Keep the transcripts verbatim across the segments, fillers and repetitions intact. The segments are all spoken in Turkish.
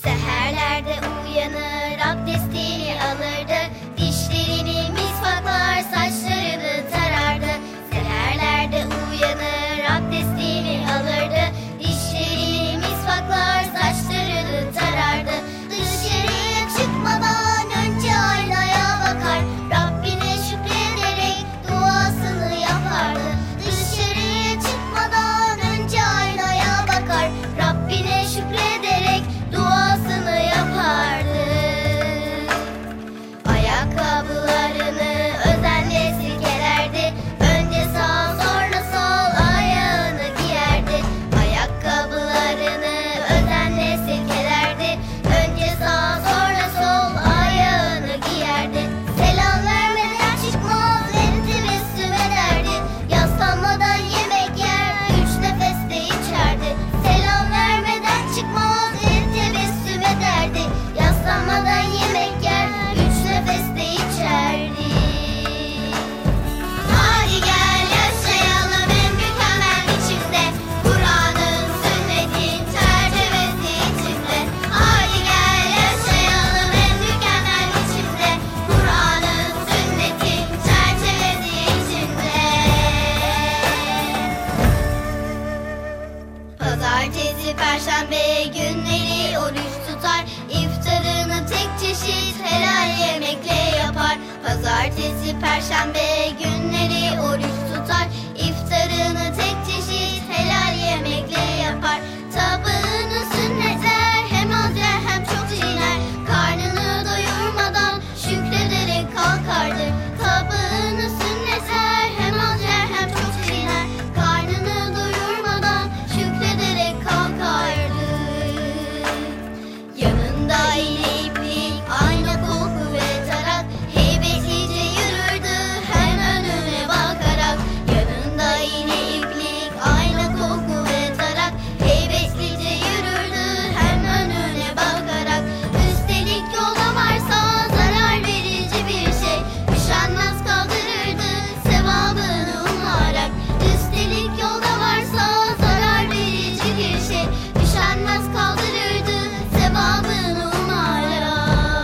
Seherlerde uyanır, abdestini alırdı, dişlerini misvaklar, saçlarını tarardı. Seherlerde uyanır, abdestini alırdı, dişlerini misvaklar, saçlarını tarardı. Dışarıya çıkmadan önce aynaya bakar, Rabbine şükrederek duasını yapardı. Dışarıya çıkmadan önce aynaya bakar, Rabbine şükrederek duasını yapardı. Ayakkabılarını özenle silkelerdi, önce sağ sonra sol ayağını giyerdi. Ayakkabılarını özenle silkelerdi, önce sağ sonra sol ayağını giyerdi. Selam vermeden çıkmaz, eli tebessüm ederdi, yaslanmadan yemek yer, üç nefeste içerdi. Selam vermeden çıkmaz, eli tebessüm ederdi, yaslanmadan yemek yer, üç nefeste içerdi. Hadi gel yaşayalım en mükemmel biçimde, Kur'an'ın sünnetin çerçevesi içinde. Hadi gel yaşayalım en mükemmel biçimde, Kur'an'ın sünnetin çerçevesi içinde. Pazartesi, perşembe günleri oruç tutar, iftarını tek çeşit helal yemekle yapar. Pazartesi, perşembe günleri oruç tutar, iftarını tek çeşit helal yemekle yapar. Tabağını sünnetler, hem az yer hem çok çiğner, karnını doyurmadan şükrederek kalkardı. Tabağını sünnetler, hem az yer hem çok çiğner, karnını doyurmadan şükrederek kalkardı. Yanında iğne iplik, ayna koku ve tarak, heybetlice yürürdü hem önüne bakarak. Yanında iğne iplik, ayna koku ve tarak, heybetlice yürürdü hem önüne bakarak. Üstelik yolda varsa zarar verici bir şey, üşenmez kaldırırdı sevabını umarak. Üstelik yolda varsa zarar verici bir şey, üşenmez kaldırırdı sevabını umarak.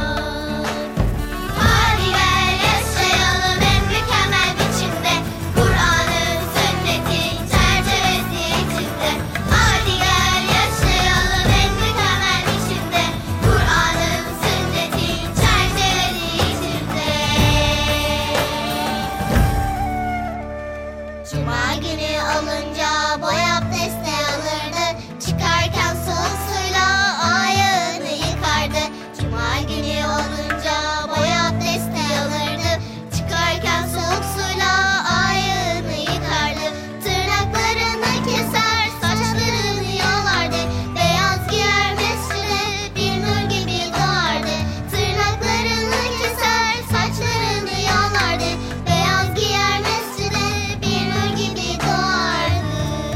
Hadi gel yaşayalım en mükemmel biçimde, Kur'an'ın sünnetin çerçevesi içinde. Hadi gel yaşayalım en mükemmel biçimde, Kur'an'ın sünnetin çerçevesi içinde. Cuma günü olunca boy abdesti alırdı, çıkarken soğuk suyla ayağını yıkardı. Cuma günü olunca boy abdesti alırdı, çıkarken soğuk suyla ayağını yıkardı. Tırnaklarını keser, saçlarını yolardı, beyaz giyer mescide bir nur gibi doğardı. Tırnaklarını keser, saçlarını yolardı, beyaz giyer mescide bir nur gibi doğardı.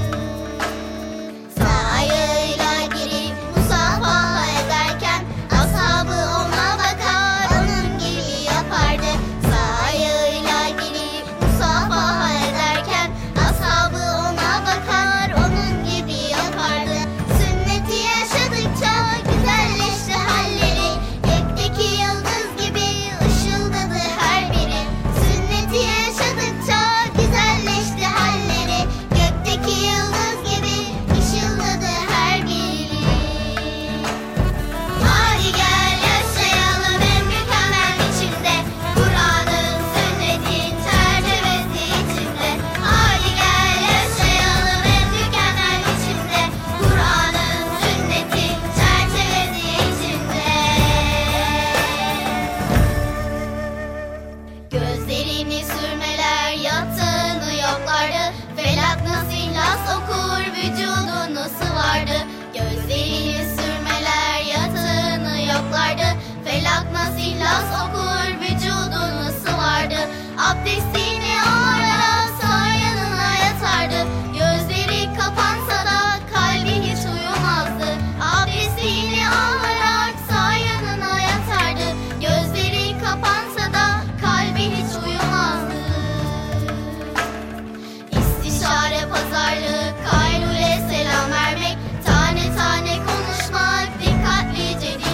Sağ ayağıyla girip musafaha ederken, ashabı ona bakar, onun gibi yapardı. Sağ ayağıyla girip musafaha ederken, ashabı ona bakar, onun gibi yapardı. Sünneti yaşadıkça güzelleşti halleri, gökteki yıldız gibi ışıldadı her biri. Sünneti yaşadıkça güzelleşti halleri, gökteki yıldız gibi ışıldadı her biri. Hadi gel yaşayalım en mükemmel biçimde, Kur'an'ın sünnetin çerçevesi içinde. Hadi gel yaşayalım en mükemmel biçimde, Kur'an'ın sünnetin çerçevesi içinde. Gözlerini sürmeler, yatağını yoklardı, Felak Nas İhlas okur, vücudunu sıvardı. Gözlerini sürmeler, yatağını yoklardı, Felak Nas İhlas okur, vücudunu sıvardı. Abdestini alarak sağ yanına yatardı, gözleri kapansa da kalbi hiç uyumazdı. Abdestini alarak sağ yanına yatardı, gözleri kapansa da kalbi hiç uyumazdı. İstişare, pazarlık, kaynule selam vermek, tane tane konuşmak, dikkatlice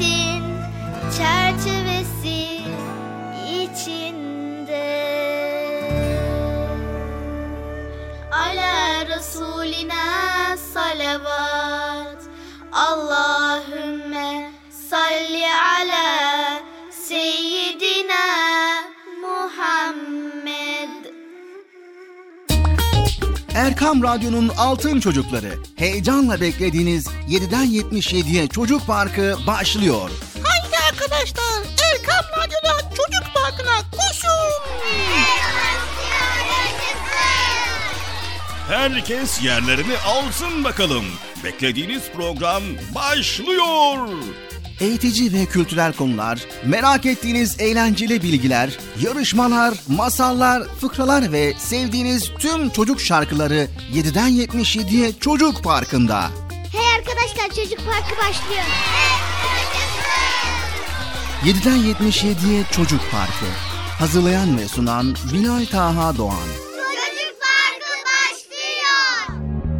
Rahmetin çerçevesi içinde. Ala Resulina salavat. Allahümme salli ala seyyidina Muhammed. Erkam Radyo'nun Altın Çocukları, heyecanla beklediğiniz yediden yetmiş yediye Çocuk Parkı başlıyor. Haydi arkadaşlar, Erkam Radyo'da Çocuk Parkı'na koşun. Herkes yerlerini alsın bakalım. Beklediğiniz program başlıyor. Eğitici ve kültürel konular, merak ettiğiniz eğlenceli bilgiler, yarışmalar, masallar, fıkralar ve sevdiğiniz tüm çocuk şarkıları yediden yetmiş yediye Çocuk Parkı'nda. Hey arkadaşlar, Çocuk Parkı başlıyor. yediden yetmiş yediye Çocuk Parkı. Hazırlayan ve sunan Bilal Taha Doğan. Çocuk Parkı başlıyor.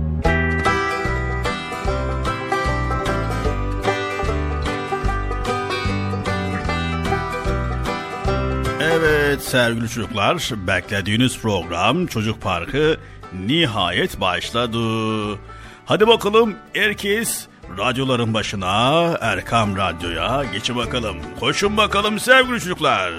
Evet sevgili çocuklar, beklediğiniz program Çocuk Parkı nihayet başladı. Hadi bakalım herkes radyoların başına, Erkam Radyo'ya geçin bakalım. Koşun bakalım sevgili çocuklar.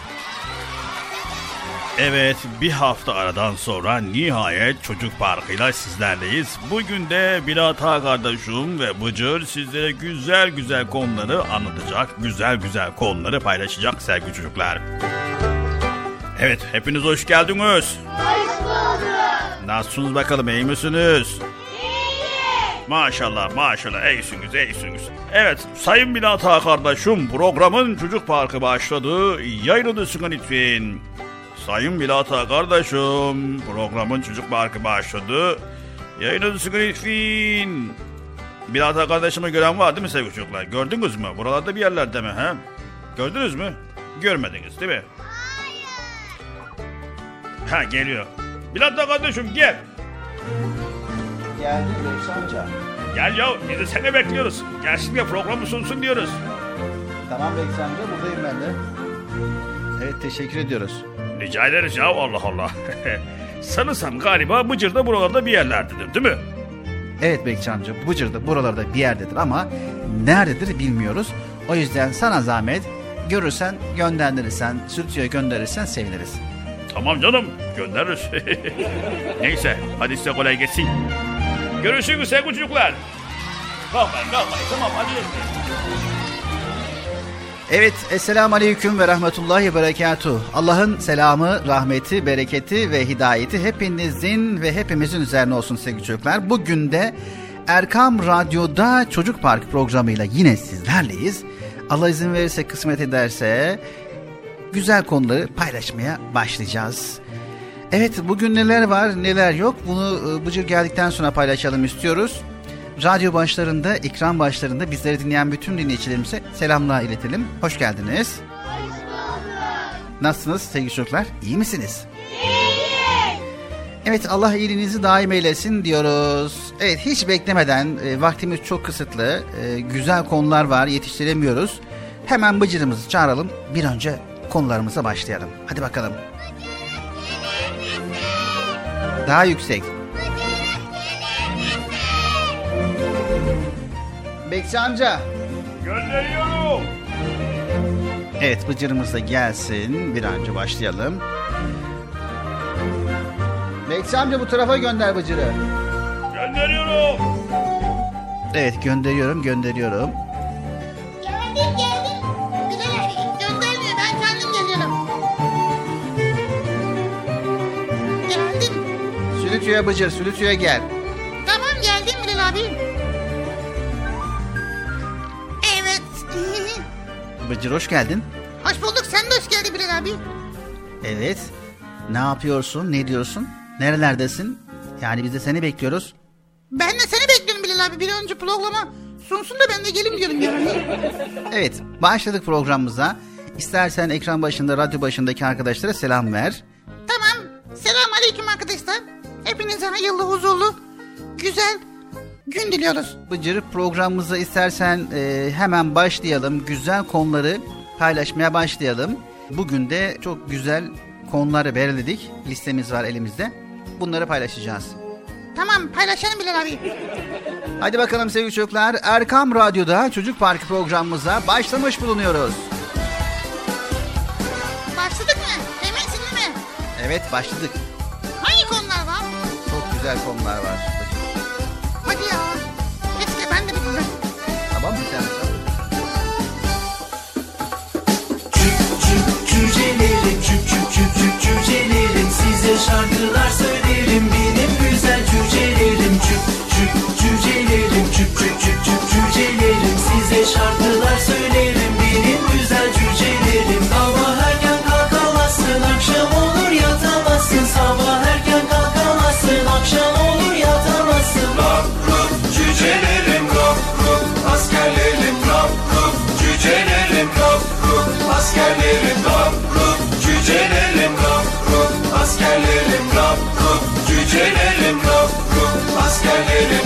Evet, bir hafta aradan sonra nihayet Çocuk Parkı'yla sizlerleyiz. Bugün de Bilal Taha kardeşim ve Bıcır sizlere güzel güzel konuları anlatacak, güzel güzel konuları paylaşacak sevgili çocuklar. Evet, hepiniz hoş geldiniz. Hoş bulduk. Nasılsınız bakalım, iyi misiniz? İyi. Maşallah maşallah, iyisiniz iyisiniz. Evet, Sayın Bilal Taha kardeşim, programın Çocuk Parkı başladı. Yayınlısın lütfen. Sayın Bilal Taha kardeşim, programın Çocuk Parkı başladı. Yayınlısın lütfen. Bilal Taha kardeşimi gören var değil mi sevgili çocuklar? Gördünüz mü? Buralarda bir yerlerde mi? He? Gördünüz mü? Görmediniz değil mi? Ha, geliyor. Bilal Taha kardeşim gel. Geldi Reis amca. Gel ya, biz de seni bekliyoruz. Gelsin ya, programı sunsun diyoruz. Tamam Reis amca, buradayım ben de. Evet, teşekkür ediyoruz. Rica ederiz ya, Allah Allah. Sanırsam galiba Bıcır da buralarda bir yerlerdedir değil mi? Evet Bekçi amca, Bıcır'da buralarda bir yerdedir ama nerededir bilmiyoruz. O yüzden sana zahmet, görürsen gönderirsen, stüdyoya gönderirsen seviniriz. Tamam canım, göndeririz. Neyse, hadi size kolay gelsin. Görüşürüz sevgili çocuklar. Kalkmayın kalkmayın, tamam hadi. Evet, Esselamu Aleyküm ve Rahmetullahi ve Berekatuhu. Allah'ın selamı, rahmeti, bereketi ve hidayeti hepinizin ve hepimizin üzerine olsun sevgili çocuklar. Bugün de Erkam Radyo'da Çocuk Park programıyla yine sizlerleyiz. Allah izin verirse, kısmet ederse güzel konuları paylaşmaya başlayacağız. Evet, bugün neler var neler yok, bunu Bıcır geldikten sonra paylaşalım istiyoruz. Radyo başlarında, ekran başlarında bizleri dinleyen bütün dinleyicilerimize selamlar iletelim. Hoş geldiniz. Hoş bulduk. Nasılsınız sevgili çocuklar? İyi misiniz? İyi. Evet, Allah iyiliğinizi daim eylesin diyoruz. Evet, hiç beklemeden, e, vaktimiz çok kısıtlı, e, güzel konular var, yetiştiremiyoruz. Hemen Bıcır'ımızı çağıralım, bir önce konularımıza başlayalım. Hadi bakalım. Daha yüksek. Bekçi amca. Gönderiyorum. Evet, Bıcır'ımız da gelsin. Bir an önce başlayalım. Bekçi amca, bu tarafa gönder Bıcır'ı. Gönderiyorum. Evet, gönderiyorum gönderiyorum. Geldim geldim. Bilal abi göndermiyor, ben kendim geliyorum. Geldim. Sülütüye Bıcır, Sülütüye gel. Tamam geldim Bilal abi. Evet. Bıcır, hoş geldin. Hoş bulduk, sen de hoş geldin Bilal abi. Evet. Ne yapıyorsun, ne diyorsun? Nerelerdesin? Yani biz de seni bekliyoruz. Ben de seni bekliyorum Bilal abi. Bir an önce programa sunsun da ben de geleyim diyorum yani. Evet, başladık programımıza. İstersen ekran başında, radyo başındaki arkadaşlara selam ver. Tamam. Selam aleyküm arkadaşlar. Hepinize hayırlı, huzurlu, güzel, gün diliyoruz. Bıcır, programımıza istersen e, hemen başlayalım. Güzel konuları paylaşmaya başlayalım. Bugün de çok güzel konuları belirledik. Listemiz var elimizde. Bunları paylaşacağız. Tamam, paylaşalım Bilal abi. Hadi bakalım sevgili çocuklar. Erkam Radyo'da Çocuk Parkı programımıza başlamış bulunuyoruz. Başladık mı? Eminsin değil mi? Evet, başladık. Hangi konular var? Çok güzel konular var. Hadi ya. Keşke ben de bilmiyorum. Tamam mı sen? Cücelerim, cüc cüc cüc cüc cücelerim, size şarkılar söylerim benim güzel cücelerim. Cüc cüc cücelerim, cüc cüc cüc cüc cücelerim, size şarkılar söylerim benim güzel cücelerim. Sabah erken kalkamazsın, akşam olur yatamazsın. Sabah erken kalkamazsın, akşam olur yatamazsın. Rap rup cücelerim, rap rup askerlerim, rap rup cücelerim, rap rup askerlerim, rap rup cücelerim, rap rup askerlerim, rap rup cücelerim, rap rup askerlerim.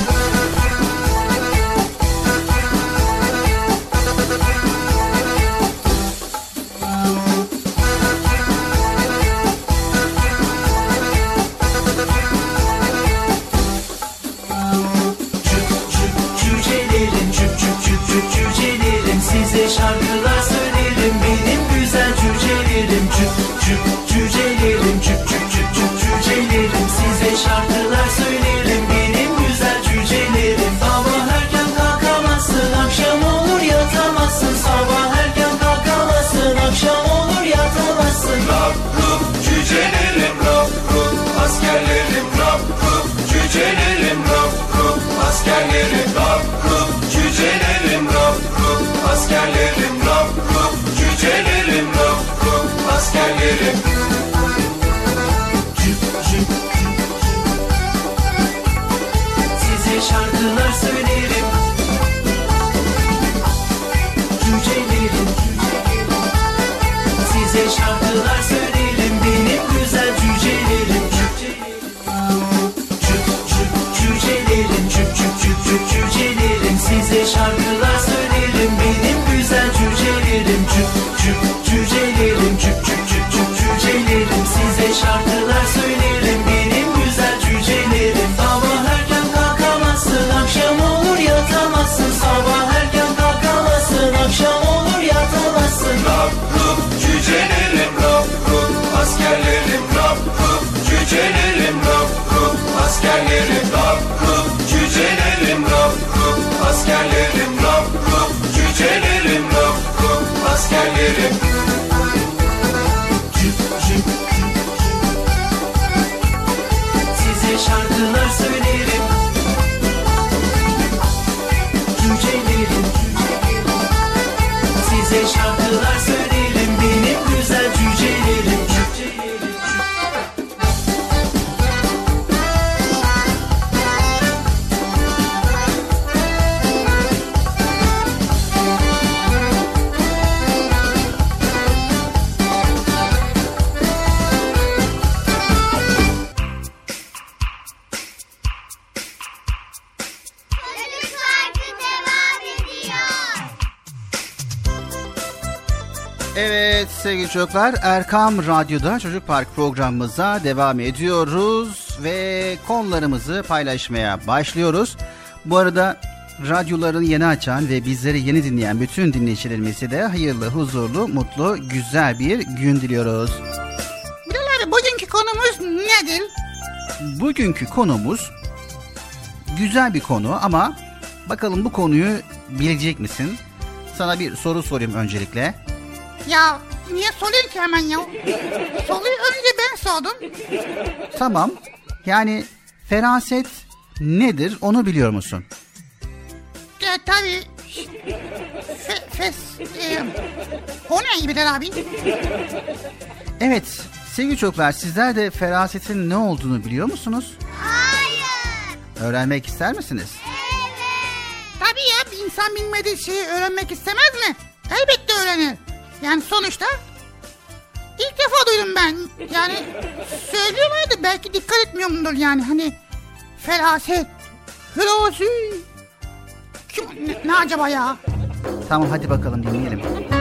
Cücelerim, cüc cüc cüc cüc cücelerim, size şarkılar söylerim benim güzel cücelerim. Cüc cüc cücelerim, cüc cüc cüc cüc cücelerim, size şarkılar söylerim benim güzel cücelerim. Sabah erken kalkamazsın, akşam olur yatamazsın. Sabah erken kalkamazsın, akşam olur yatamazsın. Rap rup cücelerim, rap rup askerlerim, rap rup cücelerim, rap rup askerlerim, rap rup cücelerim, rap rup askerlerim, rap rup cücelerim, rap rup askerlerim. Cüc cüc size şarkılar söylerim cücelerim, size şarkılar söylerim benim güzel cücelerim. Cüc cüc cücelerim, cüc cüc cüc cüc cücelerim, size şarkılar söylerim benim güzel cücelerim. Cüc cüc cücelerim, cüc cüc cüc cüc cücelerim, size şarkılar söylerim benim güzel cücelerim. Sabah erken kalkamazsın, akşam olur yatamazsın. Sabah erken kalkamazsın, akşam olur yatamazsın. Rap rup cücelerim, rap rup askerlerim, rap rup cücelerim, rap rup askerlerim, rap rup cücelerim, rap rup askerlerim, rap rup cücelerim, rap rup askerlerim. Cüc cüc size şarkılar söylerim cücelerim, size şarkılar söylerim benim güzel cücelerim. Çocuk Parkı devam ediyor. Evet sevgili çocuklar, Erkam Radyo'da Çocuk Park programımıza devam ediyoruz ve konularımızı paylaşmaya başlıyoruz. Bu arada radyolarını yeni açan ve bizleri yeni dinleyen bütün dinleyicilerimize de hayırlı, huzurlu, mutlu, güzel bir gün diliyoruz. Bilal abi, bugünkü konumuz nedir? Bugünkü konumuz güzel bir konu ama bakalım bu konuyu bilecek misin? Sana bir soru sorayım öncelikle. Ya niye soruyorsun ki hemen ya? Soruyu önce ben sordum. Tamam. Yani feraset nedir onu biliyor musun? Ya tabii. Fe, fes, e, o ne Bilal abi? Evet sevgili çocuklar, sizler de ferasetin ne olduğunu biliyor musunuz? Hayır. Öğrenmek ister misiniz? Tabii ya, bir insan bilmediği şeyi öğrenmek istemez mi? Elbette öğrenir. Yani sonuçta ilk defa duydum ben. Yani söylüyorlardı, belki dikkat etmiyorumdur yani. Hani feraset, Hulusi. Kim, ne, ne acaba ya? Tamam hadi bakalım dinleyelim.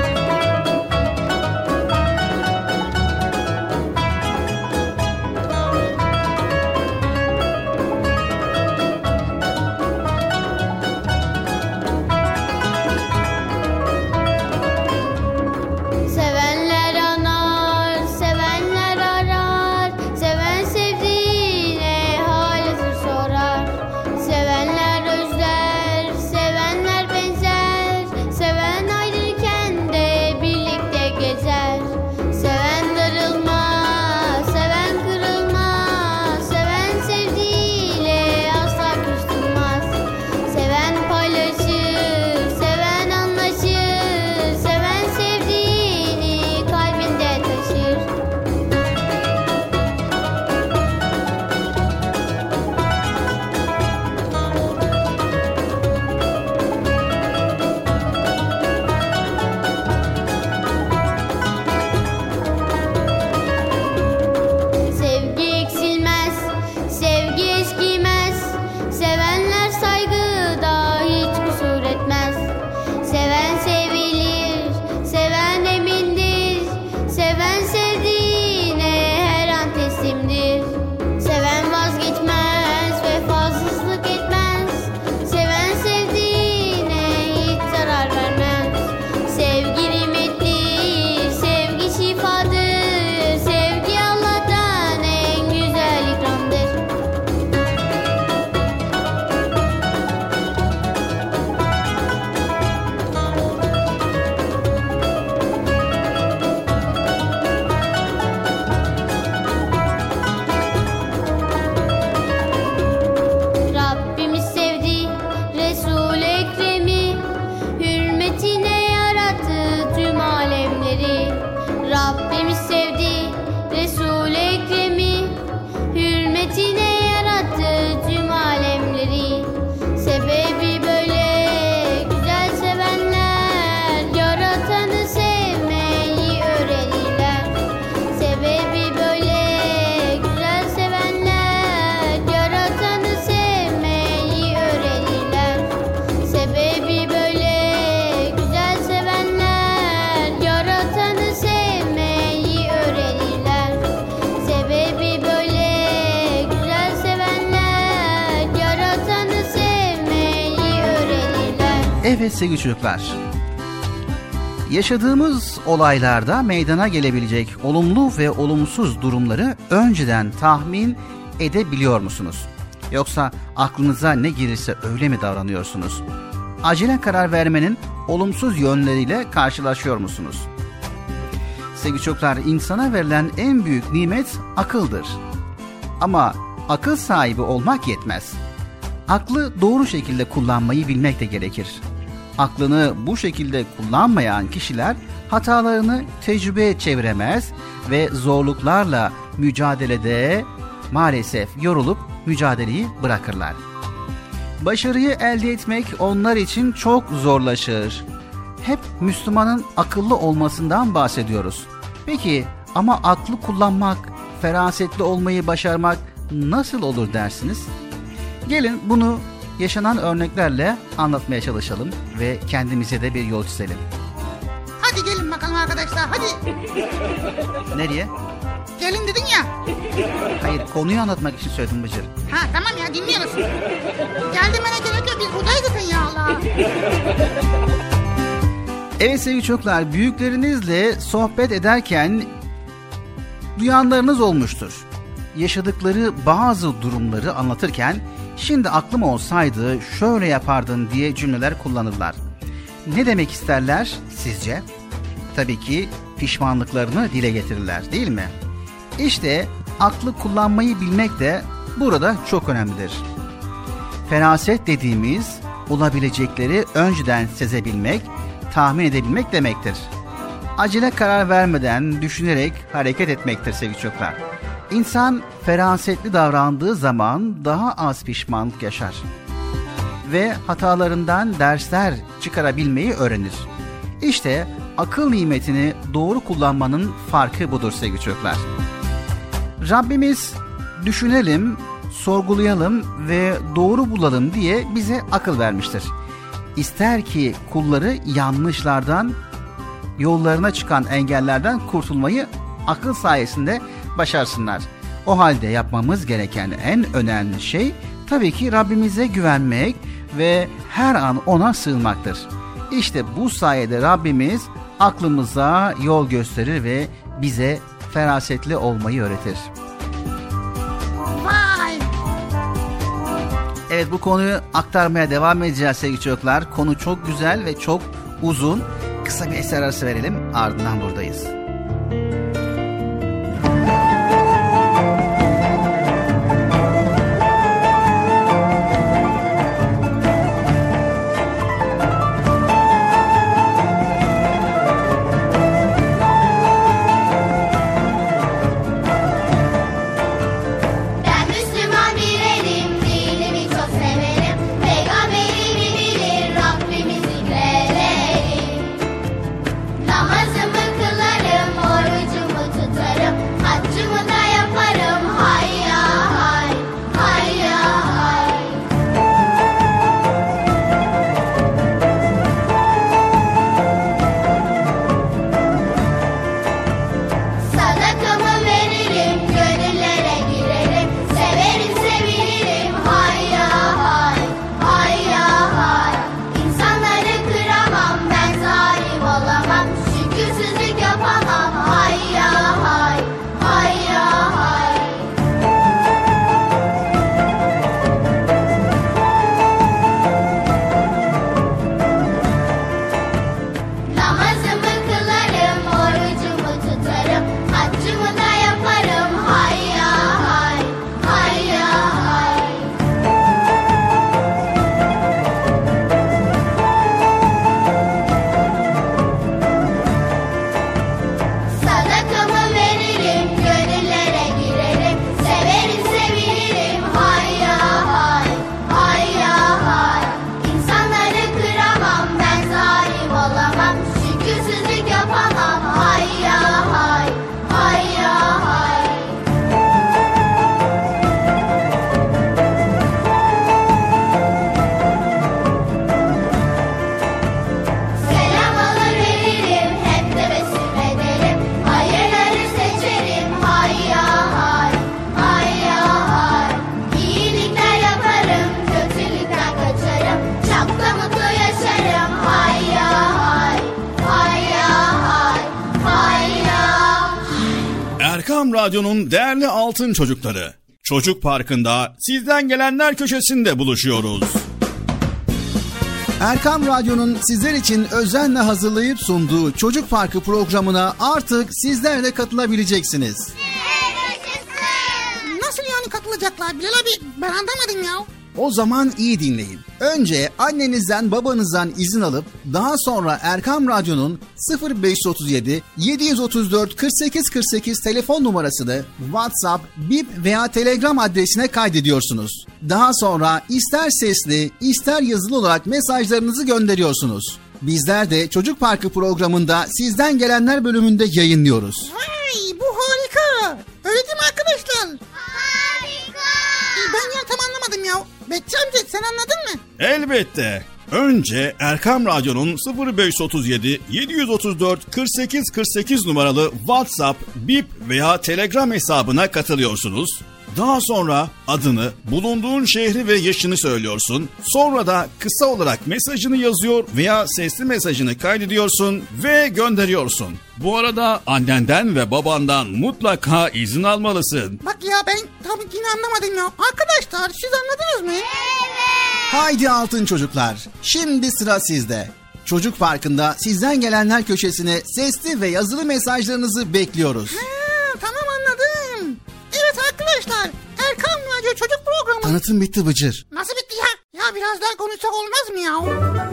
Evet sevgili çocuklar, yaşadığımız olaylarda meydana gelebilecek olumlu ve olumsuz durumları önceden tahmin edebiliyor musunuz? Yoksa aklınıza ne gelirse öyle mi davranıyorsunuz? Acele karar vermenin olumsuz yönleriyle karşılaşıyor musunuz? Sevgili çocuklar, insana verilen en büyük nimet akıldır. Ama akıl sahibi olmak yetmez. Aklı doğru şekilde kullanmayı bilmek de gerekir. Aklını bu şekilde kullanmayan kişiler hatalarını tecrübeye çeviremez ve zorluklarla mücadelede maalesef yorulup mücadeleyi bırakırlar. Başarıyı elde etmek onlar için çok zorlaşır. Hep Müslümanın akıllı olmasından bahsediyoruz. Peki ama aklı kullanmak, ferasetli olmayı başarmak nasıl olur dersiniz? Gelin bunu yaşanan örneklerle anlatmaya çalışalım ve kendimize de bir yol çizelim. Hadi gelin bakalım arkadaşlar, hadi. Nereye? Gelin dedin ya. Hayır, konuyu anlatmak için söyledim Bıcır. Ha tamam ya, dinliyoruz. Gelmene gerek yok, biz buradaydık ya Allah. Evet sevgili çocuklar, büyüklerinizle sohbet ederken duyanlarınız olmuştur. Yaşadıkları bazı durumları anlatırken şimdi aklım olsaydı şöyle yapardın diye cümleler kullanırlar. Ne demek isterler sizce? Tabii ki pişmanlıklarını dile getirirler, değil mi? İşte aklı kullanmayı bilmek de burada çok önemlidir. Feraset dediğimiz olabilecekleri önceden sezebilmek, tahmin edebilmek demektir. Acele karar vermeden düşünerek hareket etmektir sevgili çocuklar. İnsan ferasetli davrandığı zaman daha az pişmanlık yaşar ve hatalarından dersler çıkarabilmeyi öğrenir. İşte akıl nimetini doğru kullanmanın farkı budur sevgili çocuklar. Rabbimiz düşünelim, sorgulayalım ve doğru bulalım diye bize akıl vermiştir. İster ki kulları yanlışlardan, yollarına çıkan engellerden kurtulmayı akıl sayesinde başarsınlar. O halde yapmamız gereken en önemli şey tabii ki Rabbimize güvenmek ve her an ona sığınmaktır. İşte bu sayede Rabbimiz aklımıza yol gösterir ve bize ferasetli olmayı öğretir. Vay! Evet, bu konuyu aktarmaya devam edeceğiz sevgili çocuklar. Konu çok güzel ve çok uzun. Kısa bir eser arası verelim, ardından buradayız. Ben Müslüman birelim, dinimi çok severim. Peygamberimi bilir, Rabbimi zikrederim. Namazımı kılarım, orucumu tutarım. Haccımı da yaparım, hayya hay, hayya hay. Sadakamı veririm, gönüllere girerim. Severim, sevinirim, hayya hay, hayya hay. İnsanları kıramam, ben zalim olamam. Şükürsüzlük yapamam, hayya hay, hayya hay. Namazımı kılarım, orucumu tutarım. Haccımı da yaparım, hayya hay, hayya hay. Sadakamı veririm, gönüllere girerim. Severim, sevinirim, hayya hay, hayya hay. İnsanları kıramam, ben zalim olamam. Şükürsüzlük yapamam, hayya hay, hayya hay. Selam alır veririm, hep tebessüm ederim. Hayırları seçerim, hayya hay, hayya hay. İyilikler yaparım, kötülükten kaçarım. Çok da mutlu yaşarım, hayya hay, hayya hay, hayya. Erkam Radyo'nun değerli altın çocukları. Çocuk Parkı'nda sizden gelenler köşesinde buluşuyoruz. Erkam Radyo'nun sizler için özenle hazırlayıp sunduğu Çocuk Parkı programına artık sizler de katılabileceksiniz. Nasıl yani katılacaklar Bilal abi? Ben anlamadım ya. O zaman iyi dinleyin. Önce annenizden babanızdan izin alıp daha sonra Erkam Radyo'nun sıfır beş otuz yedi yedi otuz dört kırk sekiz kırk sekiz telefon numarasını WhatsApp, Bip veya Telegram adresine kaydediyorsunuz. Daha sonra ister sesli ister yazılı olarak mesajlarınızı gönderiyorsunuz. Bizler de Çocuk Parkı programında sizden gelenler bölümünde yayınlıyoruz. Vay, bu harika. Öyle değil mi arkadaşlar? Harika. Ben ya tam anlamadım ya. Bekçi amca sen anladın mı? Elbette. Önce Erkam Radyo'nun sıfır beş otuz yedi yedi otuz dört kırk sekiz kırk sekiz numaralı WhatsApp, Bip veya Telegram hesabına katılıyorsunuz. Daha sonra adını, bulunduğun şehri ve yaşını söylüyorsun. Sonra da kısa olarak mesajını yazıyor veya sesli mesajını kaydediyorsun ve gönderiyorsun. Bu arada annenden ve babandan mutlaka izin almalısın. Bak ya ben tam yine anlamadım ya. Arkadaşlar siz anladınız mı? Haydi altın çocuklar, şimdi sıra sizde. Çocuk Parkı'nda sizden gelenler köşesine sesli ve yazılı mesajlarınızı bekliyoruz. Ha, tamam anladım. Evet arkadaşlar, Erkam Radyo Çocuk Programı. Tanıtım bitti Bıcır. Nasıl bitti ya? Ya biraz daha konuşsak olmaz mı ya?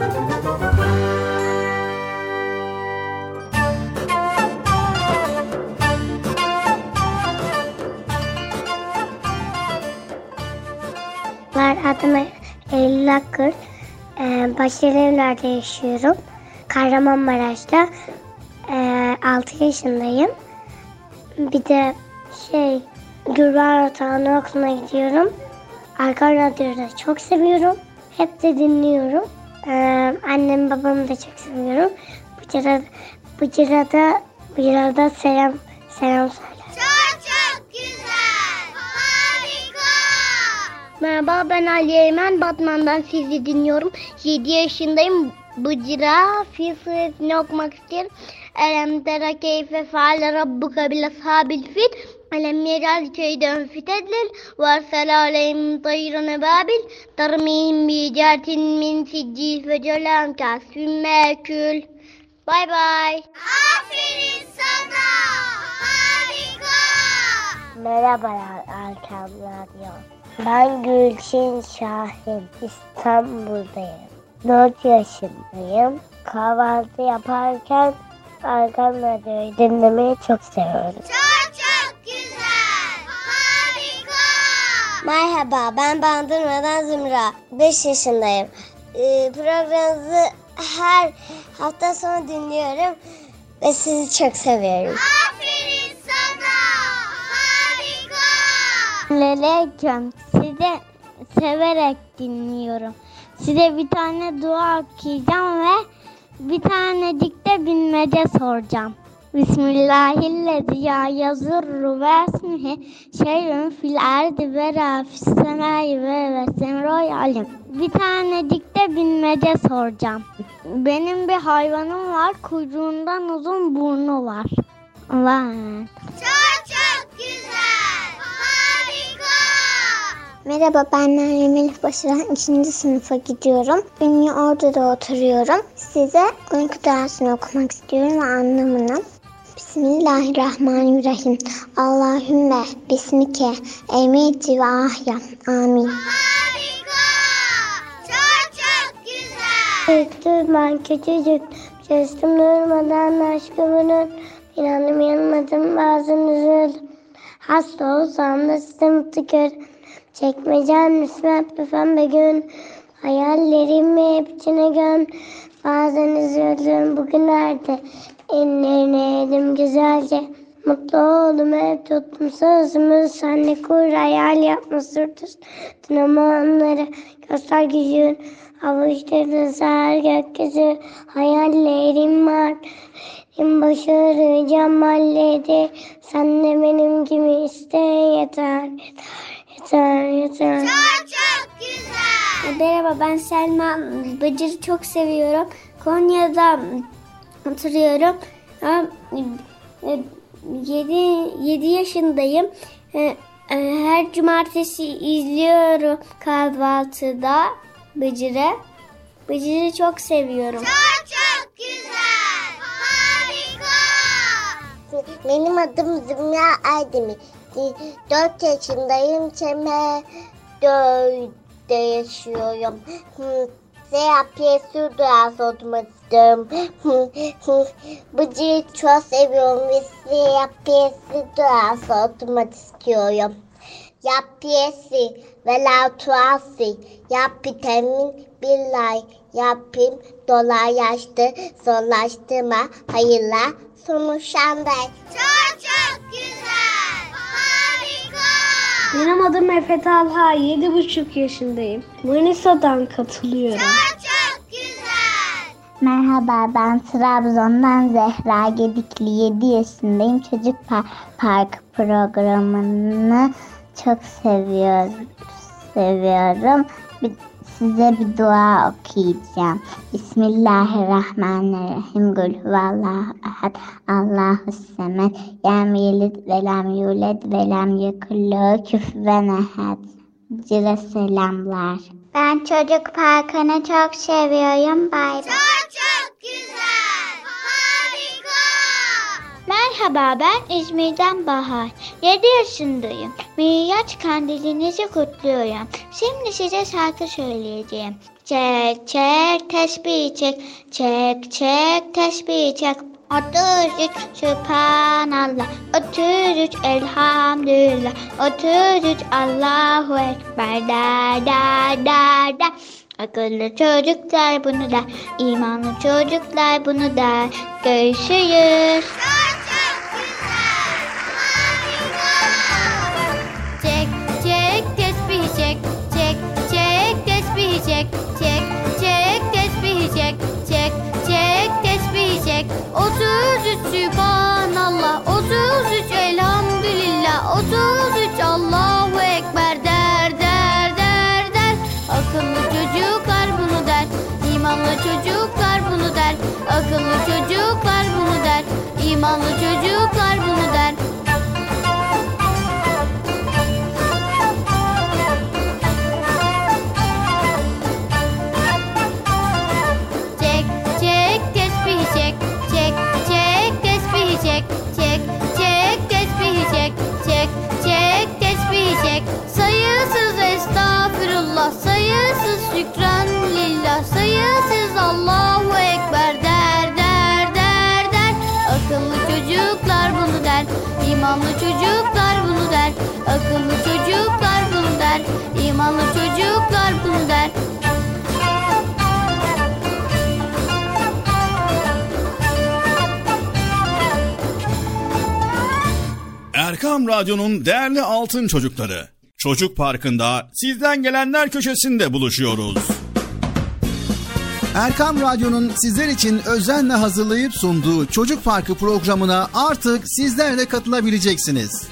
Adım Eylül Akkır. Ee, Başarıevler'de yaşıyorum. Kahramanmaraş'ta. Ee, altı yaşındayım. Bir de şey Gürben Ortaokulu'na gidiyorum. Erkam Radyo'yu da çok seviyorum. Hep de dinliyorum. Ee, annem babamı da çok seviyorum. Bıcır'a, Bıcır'a Bıcır'a selam, selam söyle. Çok çok güzel. Harika. Merhaba, ben Ali Eymen. Batman'dan sizi dinliyorum. yedi yaşındayım. Bıcır'a Fil suresini okumak istiyorum. Elem tera keyfe feale rabbuka bil ashabil fil. Elem yec'al keyden fi tedlil. Ve arsala aleyhim tayran ebabil. Tarmihim bi certin min siccil ve celan kasfin mekül. Bay bay. Aferin sana. Harika. Merhabalar Erkam Radyo. Ben Gülçin Şahin. İstanbul'dayım. dört yaşındayım. Kahvaltı yaparken Erkam Radyo'yu dinlemeyi çok seviyorum. Çok çok güzel. Harika. Merhaba, ben Bandırma'dan Zümra. beş yaşındayım. Ee, programınızı her hafta sonu dinliyorum ve sizi çok seviyorum. Aferin sana. Harika. Selamünaleyküm. Sizi severek dinliyorum. Size bir tane dua okuyacağım ve bir tanecik de bilmece soracağım. Bismillahirrahmanirrahim. Ya yazurru ve ismihi şeyün fil ardi ve rafis semai ve ve semroy alim. Bir tanecik de bilmece soracağım. Benim bir hayvanım var. Kuyruğundan uzun burnu var. Allah'a emanet. Çok çok güzel. Harika. Merhaba, ben Meryem Elif Başaran. ikinci sınıfa gidiyorum. Ünlü Ordu'da oturuyorum. Size uyku duasını okumak istiyorum ve anlamını. Bismillahirrahmanirrahim. Allahümme bismike emiti ve ahya. Amin. Harika. Çok çok güzel. Büyüktür ben küçücük. Çalıştım durmadan aşkımın. İnandım yanmadım bazen üzüldüm. Hasta olsam da size mutlu görün. Çekmecem nispet büfen be gün. Hayallerimi hep içine göm. Bazen üzüldüm bugünlerde. Ellerine eğdim güzelce. Mutlu oldum hep tuttum sözümü. Senle kur hayal yapma sırtın ama onları göster gücün. Avuçların ser gökyüzü. Hayallerim var. Benim başaracağım halledi. Sen de benim gibi iste yeter. Yeter yeter. Çok çok güzel. Merhaba, ben Selma. Bıcır'ı çok seviyorum. Konya'da oturuyorum. yedi yaşındayım. Her cumartesi izliyorum kahvaltıda Bıcır'ı. Bıcır'ı çok seviyorum. Çok çok güzel. Harika. Benim adım Zümra Aydemir. dört yaşındayım. Çemerdöy'de yaşıyorum. Size yapıyesi duası okumak istiyorum. Bıcır'ı çok seviyorum ve size yapıyesi duası okumak istiyorum. Yapıyesi ve lautuası. Yapitemin billahi. Yapayım dolaylaştı. Zorlaştırma. Hayırla sonuçlandır. Çok çok güzel. Harika. Benim adım Efe Talha, yedi buçuk yaşındayım. Manisa'dan katılıyorum. Çok çok güzel. Merhaba, ben Trabzon'dan Zehra Gedikli, yedi yaşındayım. Çocuk Par- Park programını çok seviyorum. Seviyorum. Bir, size bir dua okuyacağım. Bismillahirrahmanirrahim. Kul huvallahu ehad. Allahü's-semed. Lem yelid ve lem yulad ve lem yekul lehu küfuven ehad. Bıcır'a selamlar. Ben Çocuk Parkı'nı çok seviyorum. Bay bay. Çok çok güzel. Harika. Merhaba, ben İzmir'den Bahar. yedi yaşındayım. Miraç kandilinizi kutluyorum. Şimdi size şarkı söyleyeceğim. Çek çek tesbih çek. Çek çek tesbih çek. otuz üç Sübhanallah. otuz üç Elhamdülillah. otuz üç Allahu Ekber. Da da da da. Akıllı çocuklar bunu der. İmanlı çocuklar bunu der. Görüşürüz. Çok çok güzel. Harika. Çek çek tesbih çek. Sübhanallah, otuz üç elhamdülillah, otuz üç Allahu Ekber der der der der. Akıllı çocuklar bunu der, imanlı çocuklar bunu der. Akıllı çocuklar bunu der, imanlı çocuklar bunu der. Çek çek tesbihi çek, çek çek tesbihi çek, çek çek tesbihi çek, çek çek tesbihi çek. Sayısız estağfirullah, sayısız şükran lillah, sayısız Allahu Ekber der der der der. Akıllı çocuklar bunu der, imanlı çocuklar bunu der. Akıllı çocuklar bunu der, imanlı çocuklar bunu der. Erkam Radyo'nun değerli altın çocukları, Çocuk Parkı'nda sizden gelenler köşesinde buluşuyoruz. Erkam Radyo'nun sizler için özenle hazırlayıp sunduğu Çocuk Parkı programına artık sizler de katılabileceksiniz.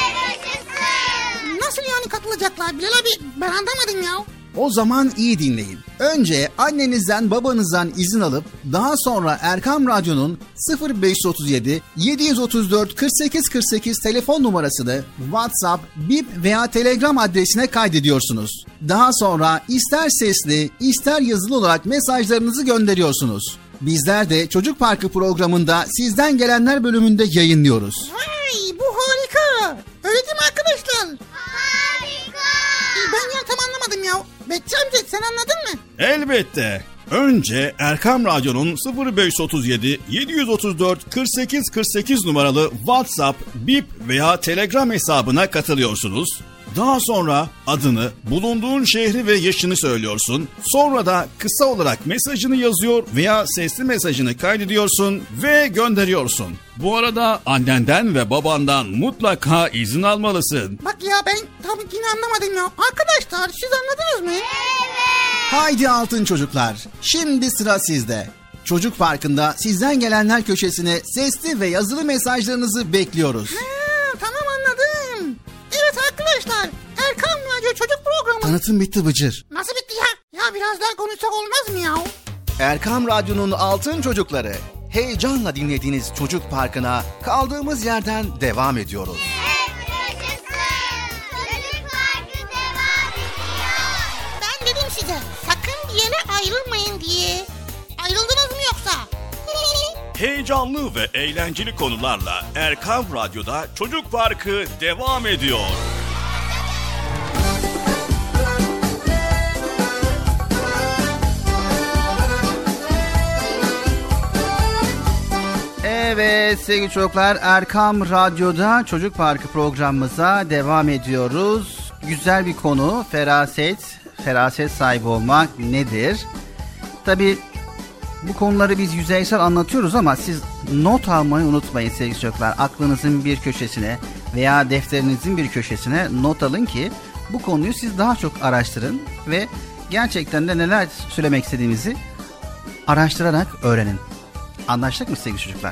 Nasıl yani katılacaklar Bilal abi? Ben anlamadım ya. O zaman iyi dinleyin. Önce annenizden babanızdan izin alıp daha sonra Erkam Radyo'nun sıfır beş otuz yedi yedi otuz dört kırk sekiz kırk sekiz telefon numarasını WhatsApp, Bip veya Telegram adresine kaydediyorsunuz. Daha sonra ister sesli ister yazılı olarak mesajlarınızı gönderiyorsunuz. Bizler de Çocuk Parkı programında sizden gelenler bölümünde yayınlıyoruz. Vay, bu harika. Öyle değil mi arkadaşlar? Harika. Ben ya tam anlamadım ya. Bekçi amca sen anladın mı? Elbette. Önce Erkam Radyo'nun sıfır beş otuz yedi yedi otuz dört kırk sekiz kırk sekiz numaralı WhatsApp, Bip veya Telegram hesabına katılıyorsunuz. Daha sonra adını, bulunduğun şehri ve yaşını söylüyorsun. Sonra da kısa olarak mesajını yazıyor veya sesli mesajını kaydediyorsun ve gönderiyorsun. Bu arada annenden ve babandan mutlaka izin almalısın. Bak ya ben tam yine anlamadım ya. Arkadaşlar siz anladınız mı? Haydi altın çocuklar, şimdi sıra sizde. Çocuk Parkı'nda sizden gelenler köşesine sesli ve yazılı mesajlarınızı bekliyoruz. Ha, tamam anladım. Evet arkadaşlar, Erkam Radyo Çocuk Programı. Tanıtım bitti Bıcır. Nasıl bitti ya? Ya biraz daha konuşsak olmaz mı ya? Erkam Radyo'nun altın çocukları, heyecanla dinlediğiniz Çocuk Parkı'na kaldığımız yerden devam ediyoruz. Çocuk Parkı devam ediyor. Ben dedim size sakın bir yere ayrılmayın diye. Ayrıldınız mı yoksa? Heyecanlı ve eğlenceli konularla Erkam Radyo'da Çocuk Parkı devam ediyor. Evet sevgili çocuklar, Erkam Radyo'da Çocuk Parkı programımıza devam ediyoruz. Güzel bir konu, feraset, feraset sahibi olmak nedir? Tabii bu konuları biz yüzeysel anlatıyoruz ama siz not almayı unutmayın sevgili çocuklar. Aklınızın bir köşesine veya defterinizin bir köşesine not alın ki bu konuyu siz daha çok araştırın ve gerçekten de neler söylemek istediğimizi araştırarak öğrenin. Anlaştık mı sevgili çocuklar?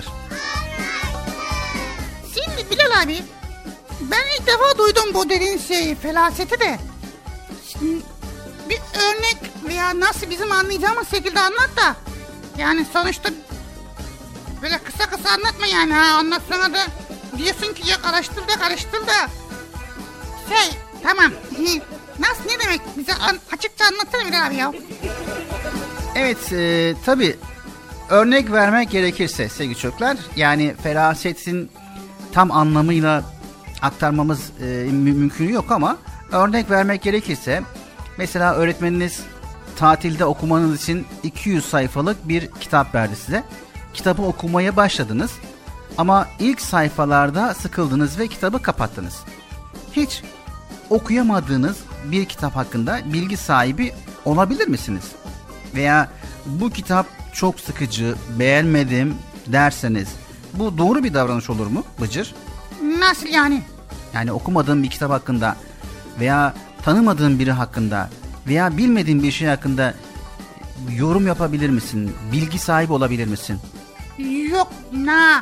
Şimdi Bilal abi, ben ilk defa duydum bu dediğin şeyi, felaseti de. Şimdi bir örnek veya nasıl bizim anlayacağımız şekilde anlat da. Yani sonuçta böyle kısa kısa anlatma yani ha. Ondan sonra da diyorsun ki yok araştır da karıştır da. Şey tamam. Nasıl, ne demek? Bize an, açıkça anlatsana Bilal abi ya. Evet e, tabii örnek vermek gerekirse sevgili çocuklar, yani ferasetin tam anlamıyla aktarmamız e, mü- mümkün yok ama örnek vermek gerekirse mesela öğretmeniniz tatilde okumanız için iki yüz sayfalık bir kitap verdi size. Kitabı okumaya başladınız ama ilk sayfalarda sıkıldınız ve kitabı kapattınız. Hiç okuyamadığınız bir kitap hakkında bilgi sahibi olabilir misiniz? Veya bu kitap çok sıkıcı, beğenmedim derseniz bu doğru bir davranış olur mu Bıcır? Nasıl yani? Yani okumadığın bir kitap hakkında veya tanımadığın biri hakkında veya bilmediğin bir şey hakkında yorum yapabilir misin? Bilgi sahibi olabilir misin? Yok na.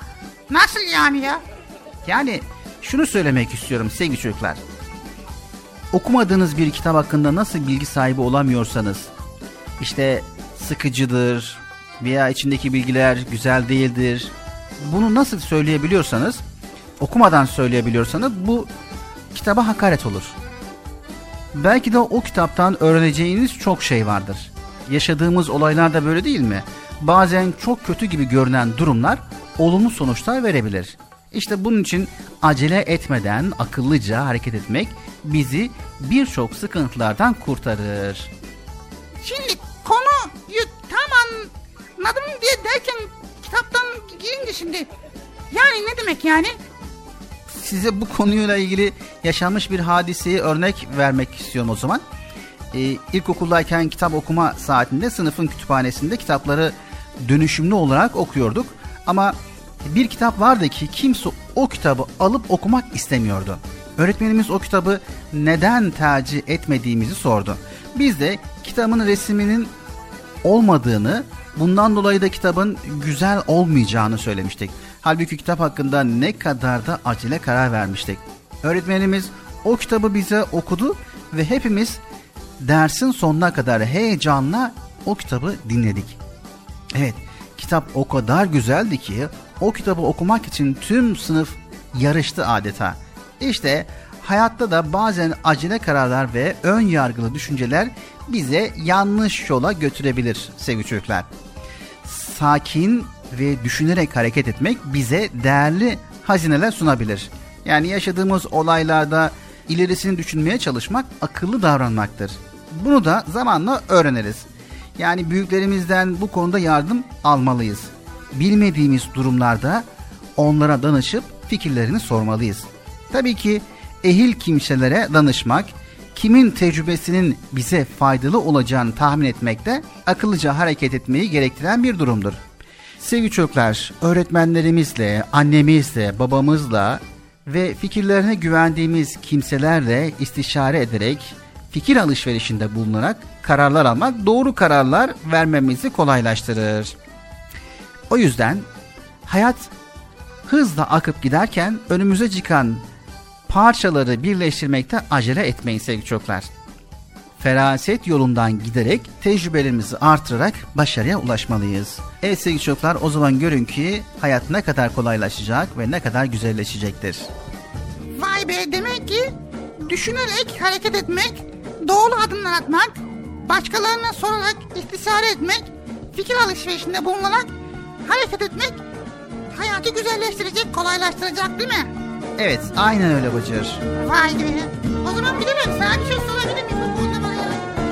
Nasıl yani ya? Yani şunu söylemek istiyorum sevgili çocuklar. Okumadığınız bir kitap hakkında nasıl bilgi sahibi olamıyorsanız, işte sıkıcıdır veya içindeki bilgiler güzel değildir, bunu nasıl söyleyebiliyorsanız, okumadan söyleyebiliyorsanız bu kitaba hakaret olur. Belki de o kitaptan öğreneceğiniz çok şey vardır. Yaşadığımız olaylar da böyle değil mi? Bazen çok kötü gibi görünen durumlar olumlu sonuçlar verebilir. İşte bunun için acele etmeden akıllıca hareket etmek bizi birçok sıkıntılardan kurtarır. Şimdi konuyu tam anladım diye derken kitaptan girince şimdi yani ne demek yani? Size bu konuyla ilgili yaşanmış bir hadiseyi örnek vermek istiyorum o zaman. Ee, ilkokuldayken kitap okuma saatinde sınıfın kütüphanesinde kitapları dönüşümlü olarak okuyorduk. Ama bir kitap vardı ki kimse o kitabı alıp okumak istemiyordu. Öğretmenimiz o kitabı neden tercih etmediğimizi sordu. Biz de kitabın resminin olmadığını, bundan dolayı da kitabın güzel olmayacağını söylemiştik. Halbuki kitap hakkında ne kadar da acele karar vermiştik. Öğretmenimiz o kitabı bize okudu ve hepimiz dersin sonuna kadar heyecanla o kitabı dinledik. Evet, kitap o kadar güzeldi ki o kitabı okumak için tüm sınıf yarıştı adeta. İşte hayatta da bazen acele kararlar ve ön yargılı düşünceler bize yanlış yola götürebilir sevgili çocuklar. Sakin ve düşünerek hareket etmek bize değerli hazineler sunabilir. Yani yaşadığımız olaylarda ilerisini düşünmeye çalışmak akıllı davranmaktır. Bunu da zamanla öğreniriz. Yani büyüklerimizden bu konuda yardım almalıyız. Bilmediğimiz durumlarda onlara danışıp fikirlerini sormalıyız. Tabii ki ehil kimselere danışmak, kimin tecrübesinin bize faydalı olacağını tahmin etmek de akıllıca hareket etmeyi gerektiren bir durumdur. Sevgili çocuklar, öğretmenlerimizle, annemizle, babamızla ve fikirlerine güvendiğimiz kimselerle istişare ederek, fikir alışverişinde bulunarak kararlar almak doğru kararlar vermemizi kolaylaştırır. O yüzden hayat hızla akıp giderken önümüze çıkan parçaları birleştirmekte acele etmeyin sevgili çocuklar. Feraset yolundan giderek tecrübelerimizi artırarak başarıya ulaşmalıyız. Evet sevgili çocuklar, o zaman görün ki hayat ne kadar kolaylaşacak ve ne kadar güzelleşecektir. Vay be, demek ki düşünerek hareket etmek, doğru adımlar atmak, başkalarına sorarak istişare etmek, fikir alışverişinde bulunarak hareket etmek hayatı güzelleştirecek, kolaylaştıracak değil mi? Evet, aynen öyle Bıcır. Vay be. O zaman bilemem, sana bir şey sorabilir miyim? Bu konuda bana ya.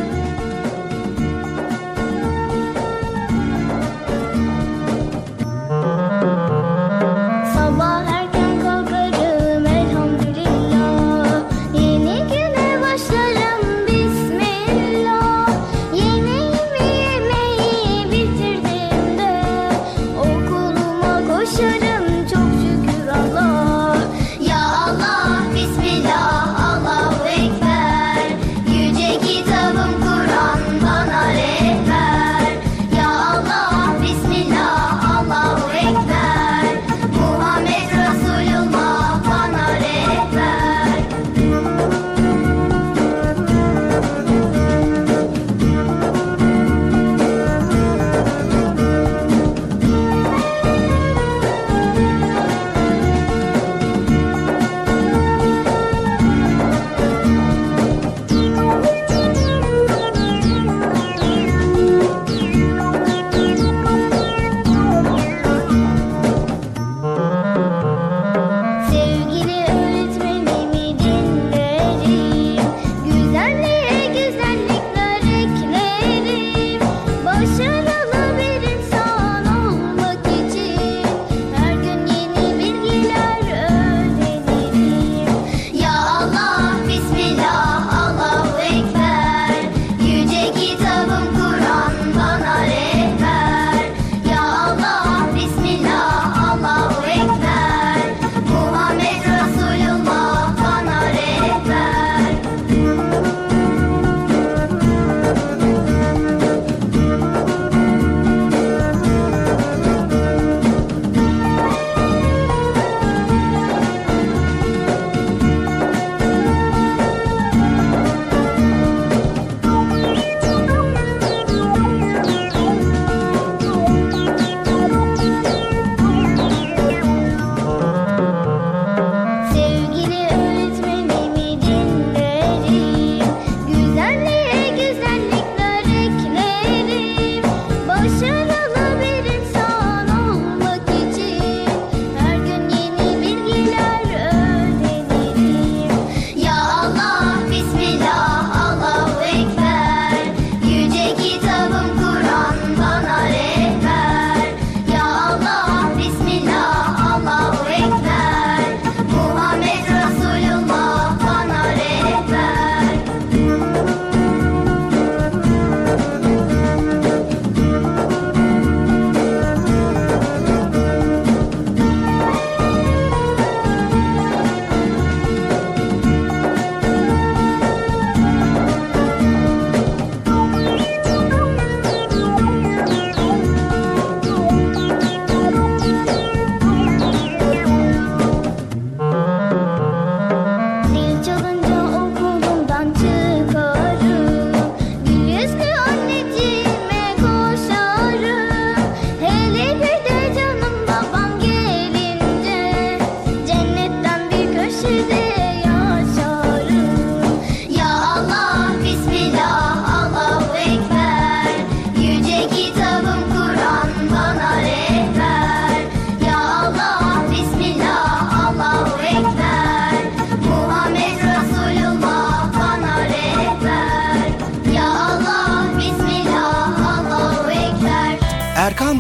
Sabah erken kalkarım elhamdülillah, yeni güne başlarım bismillah. Yemeğimi yemeyi bitirdiğimde okuluma koşarım, çok şükür Allah. Ya Allah, bismillah, Allahu Ekber. Yüce kitabım Kur'an bana rehber. Ya Allah, bismillah, Allahu Ekber. Muhammed Resulullah bana rehber.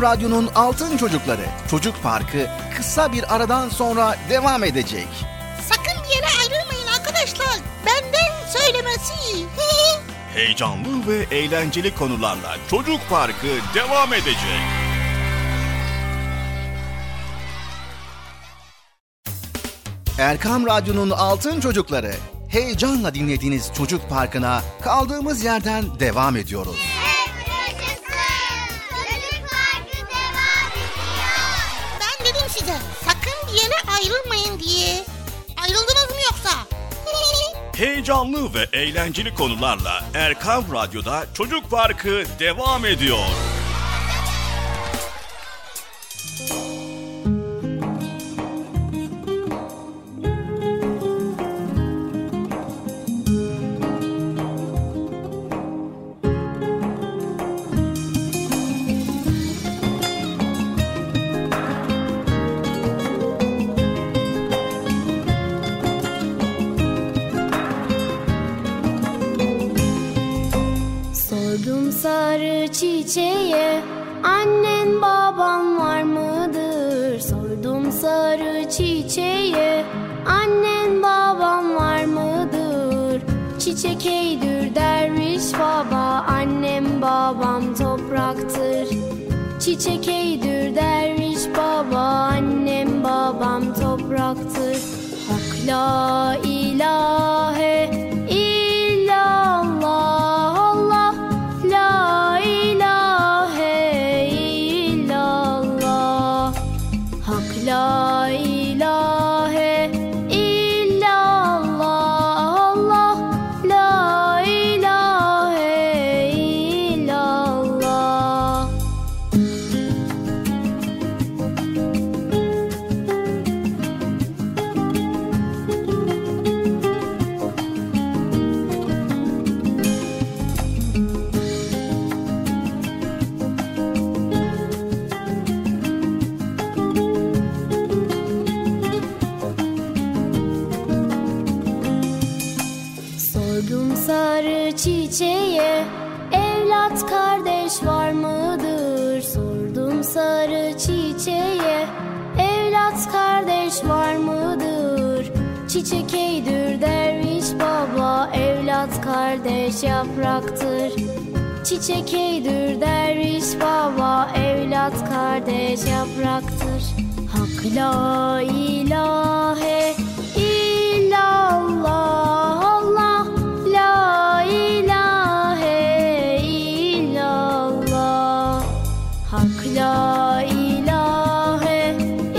Erkam Radyo'nun Altın Çocukları Çocuk Parkı kısa bir aradan sonra devam edecek. Sakın bir yere ayrılmayın arkadaşlar. Benden söylemesi. Heyecanlı ve eğlenceli konularla Çocuk Parkı devam edecek. Erkam Radyo'nun Altın Çocukları, heyecanla dinlediğiniz Çocuk Parkı'na kaldığımız yerden devam ediyoruz. Çocuk Parkı devam ediyor. Ben dedim size sakın bir yere ayrılmayın diye. Ayrıldınız mı yoksa? Heyecanlı ve eğlenceli konularla Erkam Radyo'da Çocuk Parkı devam ediyor. Çiçeğe, annen baban var mıdır? Sordum sarı çiçeğe, annen baban var mıdır? Çiçek eydür derviş baba, annem babam topraktır. Çiçek eydür derviş baba, annem babam topraktır. Hak la ilahe illallah. La ilahe illallah. Hak la ilahe illallah. Allah la ilahe illallah. Sarı çiçeğe, evlat kardeş var mıdır? Sordum sarı çiçeğe, evlat kardeş var mıdır? Çiçek eydür derviş baba, evlat kardeş yapraktır. Çiçek eydür derviş baba, evlat kardeş yapraktır. Hak la ilahe illallah. La ilahe illallah. Hak la ilahe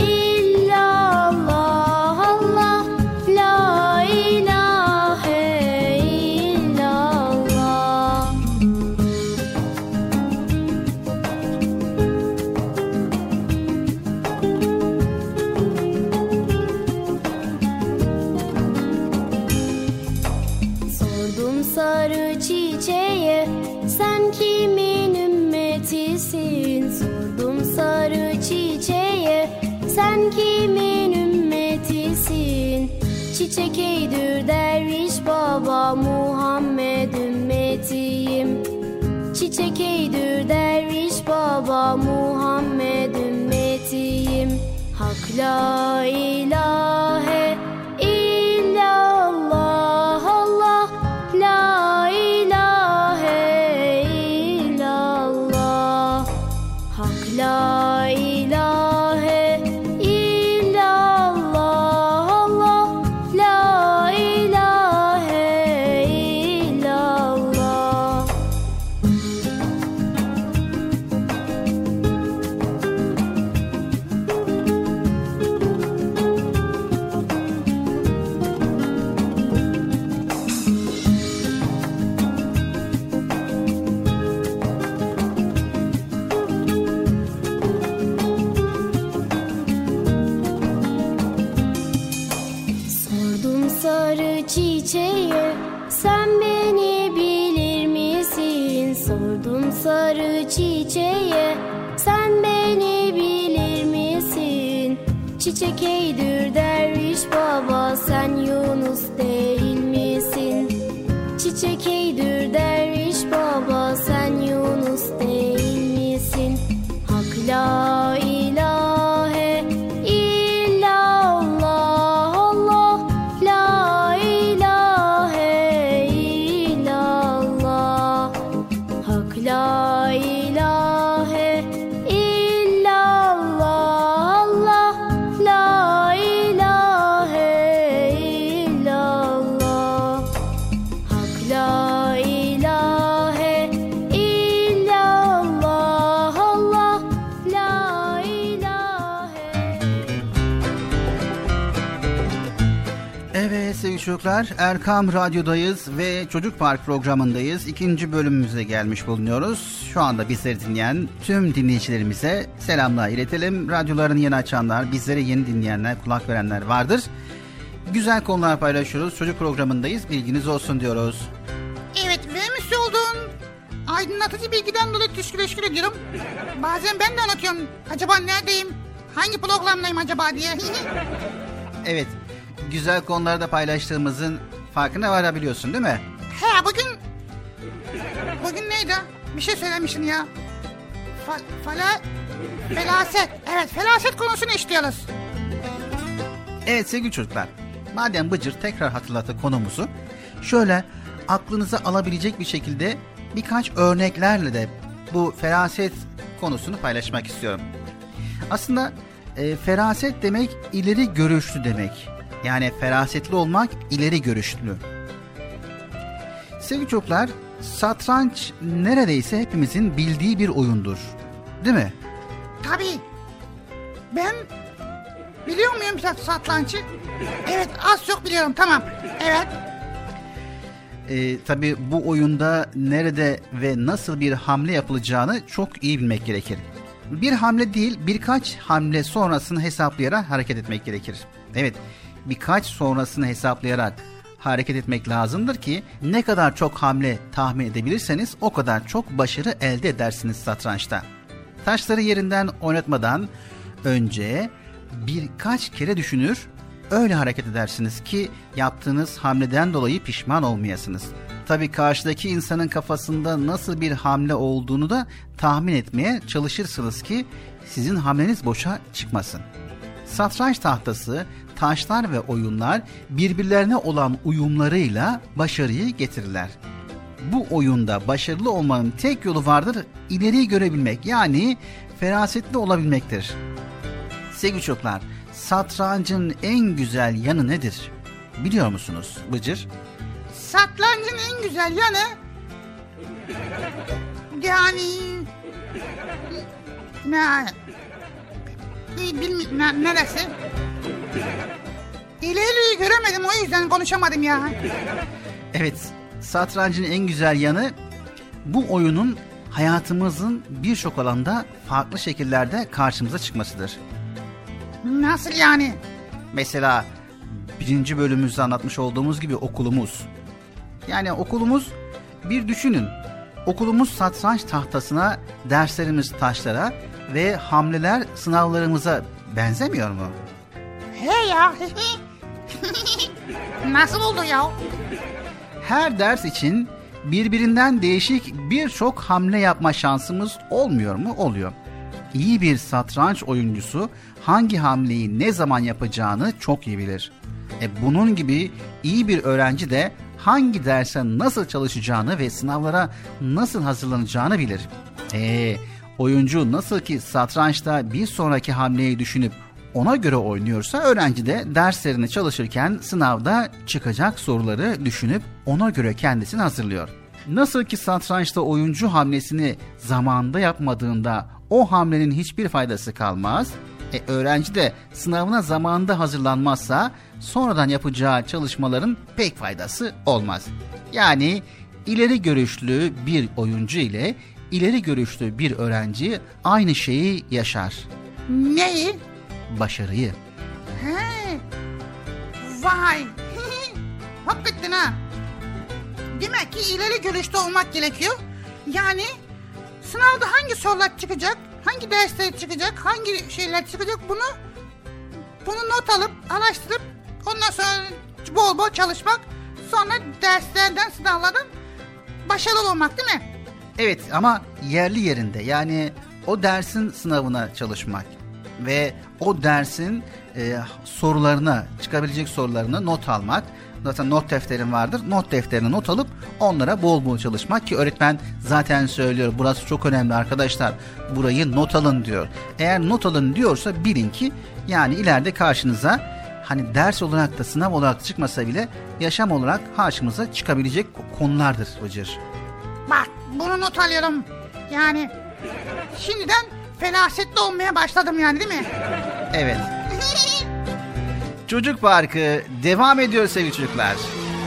illallah. Allah la ilahe illallah. Sarı çiçeğe, sen kimin ümmetisin? Sordum sarı çiçeğe, sen kimin ümmetisin? Çiçek eydür derviş baba, Muhammed ümmetiyim. Çiçek eydür derviş baba, Muhammed ümmetiyim. Hak la ilahe illallah. Allah la ilahe illallah. Hak la ilahe illallah. Allah la ilahe illallah. Sarı çiçeğe, sen beni bilir misin? Sordum sarı çiçeğe, sen beni bilir misin? Çiçek eydür derviş baba, sen Yunus değil misin? Çiçek eydür derviş baba, sen Yunus değil misin? Hak la sevgili çocuklar, Erkam Radyo'dayız ve Çocuk Park programındayız. İkinci bölümümüze gelmiş bulunuyoruz. Şu anda bizleri dinleyen tüm dinleyicilerimize selamlar iletelim. Radyolarını yeni açanlar, bizleri yeni dinleyenler, kulak verenler vardır. Güzel konular paylaşıyoruz. Çocuk programındayız. Bilginiz olsun diyoruz. Evet, vermiş olduğun aydınlatıcı bilgiden dolayı teşekkür teşekkür ediyorum. Bazen ben de anlatıyorum. Acaba neredeyim? Hangi programdayım acaba diye. Evet. Güzel konularda paylaştığımızın farkına varabiliyorsun değil mi? He, bugün... Bugün neydi? Bir şey söylemişsin ya. Fa, fala... Felaset. Evet, felaset konusunu işliyoruz. Evet sevgili çocuklar. Madem Bıcır tekrar hatırlattı konumuzu. Şöyle aklınıza alabilecek bir şekilde birkaç örneklerle de bu feraset konusunu paylaşmak istiyorum. Aslında e, feraset demek ileri görüşlü demek. Yani ferasetli olmak ileri görüşlü. Sevgili çocuklar, satranç neredeyse hepimizin bildiği bir oyundur. Değil mi? Tabii. Ben biliyor muyum satrançı? Evet, az çok biliyorum, tamam. Evet. Ee, tabii bu oyunda nerede ve nasıl bir hamle yapılacağını çok iyi bilmek gerekir. Bir hamle değil, birkaç hamle sonrasını hesaplayarak hareket etmek gerekir. Evet, birkaç sonrasını hesaplayarak hareket etmek lazımdır ki ne kadar çok hamle tahmin edebilirseniz o kadar çok başarı elde edersiniz satrançta. Taşları yerinden oynatmadan önce birkaç kere düşünür, öyle hareket edersiniz ki yaptığınız hamleden dolayı pişman olmayasınız. Tabii karşıdaki insanın kafasında nasıl bir hamle olduğunu da tahmin etmeye çalışırsınız ki sizin hamleniz boşa çıkmasın. Satranç tahtası, taşlar ve oyunlar birbirlerine olan uyumlarıyla başarıyı getirirler. Bu oyunda başarılı olmanın tek yolu vardır, ileriyi görebilmek, yani ferasetli olabilmektir. Sevgili çocuklar, satrancın en güzel yanı nedir? Biliyor musunuz Bıcır? Satrancın en güzel yanı... Yani... Ne... Bilmiyorum, ne, neresi? İleriyi göremedim, o yüzden konuşamadım ya. Evet, satrancın en güzel yanı bu oyunun hayatımızın birçok alanda farklı şekillerde karşımıza çıkmasıdır. Nasıl yani? Mesela birinci bölümümüzde anlatmış olduğumuz gibi okulumuz. Yani okulumuz, bir düşünün. Okulumuz satranç tahtasına, derslerimiz taşlara ve hamleler sınavlarımıza benzemiyor mu? He ya. Nasıl oldu ya? Her ders için birbirinden değişik birçok hamle yapma şansımız olmuyor mu? Oluyor. İyi bir satranç oyuncusu hangi hamleyi ne zaman yapacağını çok iyi bilir. E bunun gibi iyi bir öğrenci de hangi derse nasıl çalışacağını ve sınavlara nasıl hazırlanacağını bilir. E oyuncu nasıl ki satrançta bir sonraki hamleyi düşünüp ona göre oynuyorsa, öğrenci de derslerini çalışırken sınavda çıkacak soruları düşünüp ona göre kendisini hazırlıyor. Nasıl ki satrançta oyuncu hamlesini zamanında yapmadığında o hamlenin hiçbir faydası kalmaz. E, öğrenci de sınavına zamanında hazırlanmazsa sonradan yapacağı çalışmaların pek faydası olmaz. Yani ileri görüşlü bir oyuncu ile ileri görüşlü bir öğrenci aynı şeyi yaşar. Neyi? Başarıyı. He. Vay. Hakikaten ha. Demek ki ileri görüşlü olmak gerekiyor. Yani sınavda hangi sorular çıkacak, hangi dersler çıkacak, hangi şeyler çıkacak, bunu bunu not alıp, araştırıp ondan sonra bol bol çalışmak, sonra derslerden, sınavlardan başarılı olmak değil mi? Evet, ama yerli yerinde, yani o dersin sınavına çalışmak ve o dersin e, sorularına, çıkabilecek sorularına not almak. Zaten not defterin vardır. Not defterine not alıp onlara bol bol çalışmak ki öğretmen zaten söylüyor. Burası çok önemli arkadaşlar. Burayı not alın diyor. Eğer not alın diyorsa bilin ki yani ileride karşınıza, hani ders olarak da sınav olarak da çıkmasa bile yaşam olarak karşımıza çıkabilecek konulardır Bıcır. Bak, bunu not alıyorum. Yani şimdiden felasetli olmaya başladım yani, değil mi? Evet. Çocuk Parkı devam ediyor sevgili çocuklar.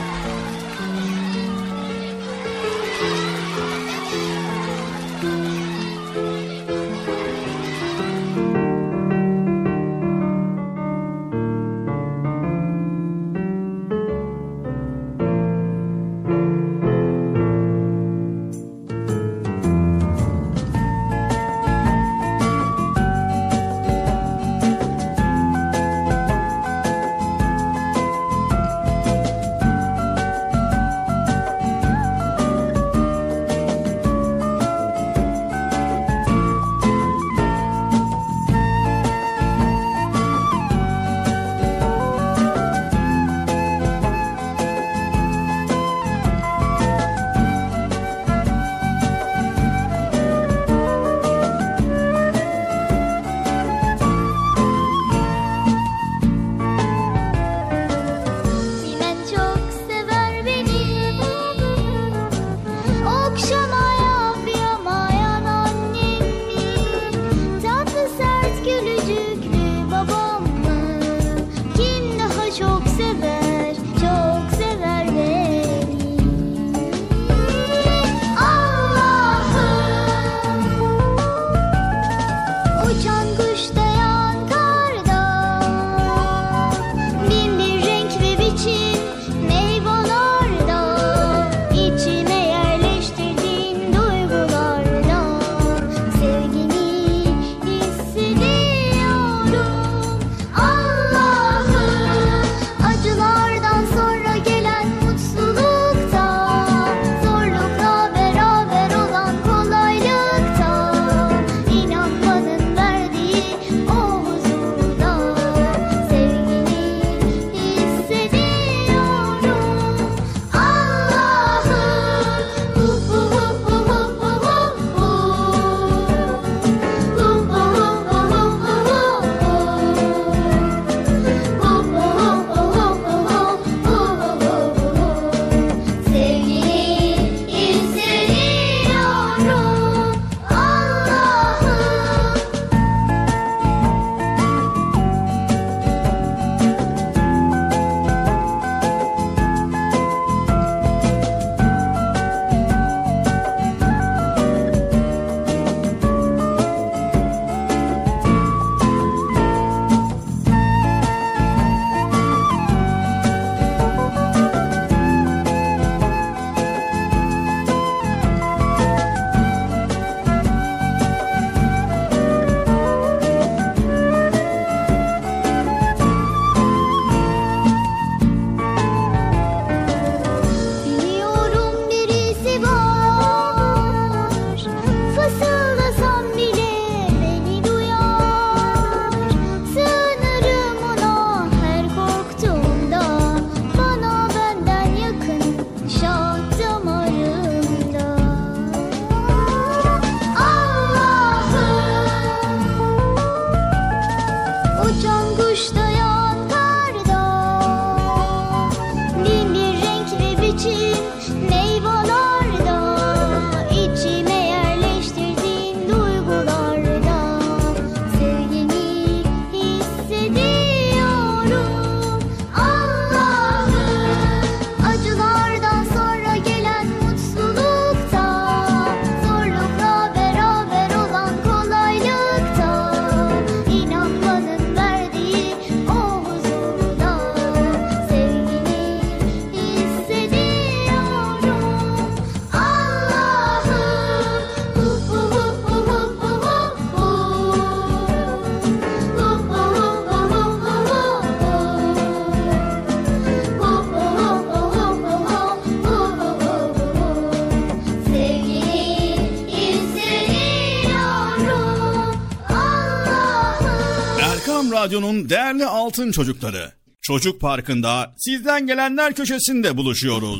Radyo'nun değerli altın çocukları. Çocuk Parkı'nda sizden gelenler köşesinde buluşuyoruz.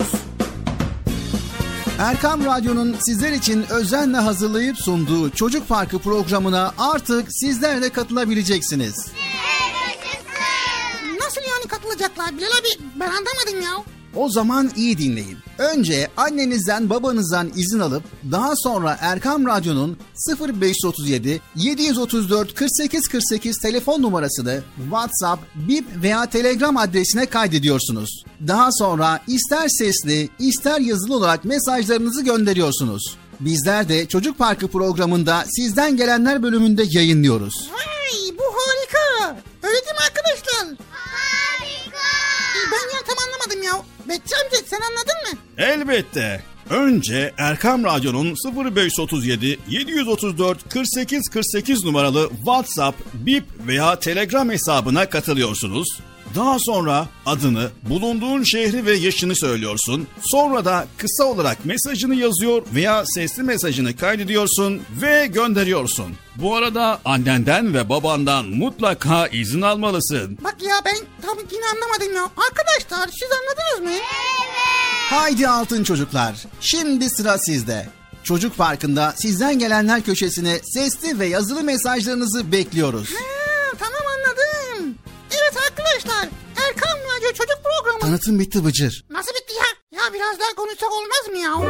Erkam Radyo'nun sizler için özenle hazırlayıp sunduğu Çocuk Parkı programına artık sizler de katılabileceksiniz. Nasıl yani katılacaklar Bilal abi? Ben anlamadım ya. O zaman iyi dinleyin. Önce annenizden babanızdan izin alıp daha sonra Erkam Radyo'nun sıfır beş otuz yedi yedi otuz dört kırk sekiz kırk sekiz telefon numarasını WhatsApp, Bip veya Telegram adresine kaydediyorsunuz. Daha sonra ister sesli ister yazılı olarak mesajlarınızı gönderiyorsunuz. Bizler de Çocuk Parkı programında sizden gelenler bölümünde yayınlıyoruz. Vay, bu harika. Öyle değil mi arkadaşlar? Harika. Ben ya tam anlamadım ya. Betçi amca sen anladın mı? Elbette. Önce Erkam Radyo'nun sıfır beş otuz yedi yedi otuz dört kırk sekiz kırk sekiz numaralı WhatsApp, Bip veya Telegram hesabına katılıyorsunuz. Daha sonra adını, bulunduğun şehri ve yaşını söylüyorsun. Sonra da kısa olarak mesajını yazıyor veya sesli mesajını kaydediyorsun ve gönderiyorsun. Bu arada annenden ve babandan mutlaka izin almalısın. Bak ya ben tam yine anlamadım ya. Arkadaşlar siz anladınız mı? Evet. Haydi altın çocuklar, şimdi sıra sizde. Çocuk Parkı'nda sizden gelenler köşesine sesli ve yazılı mesajlarınızı bekliyoruz. Ha, tamam anladım. Evet arkadaşlar, Erkam Radyo Çocuk Programı. Tanıtım bitti Bıcır. Nasıl bitti ya? Ya biraz daha konuşsak olmaz mı ya?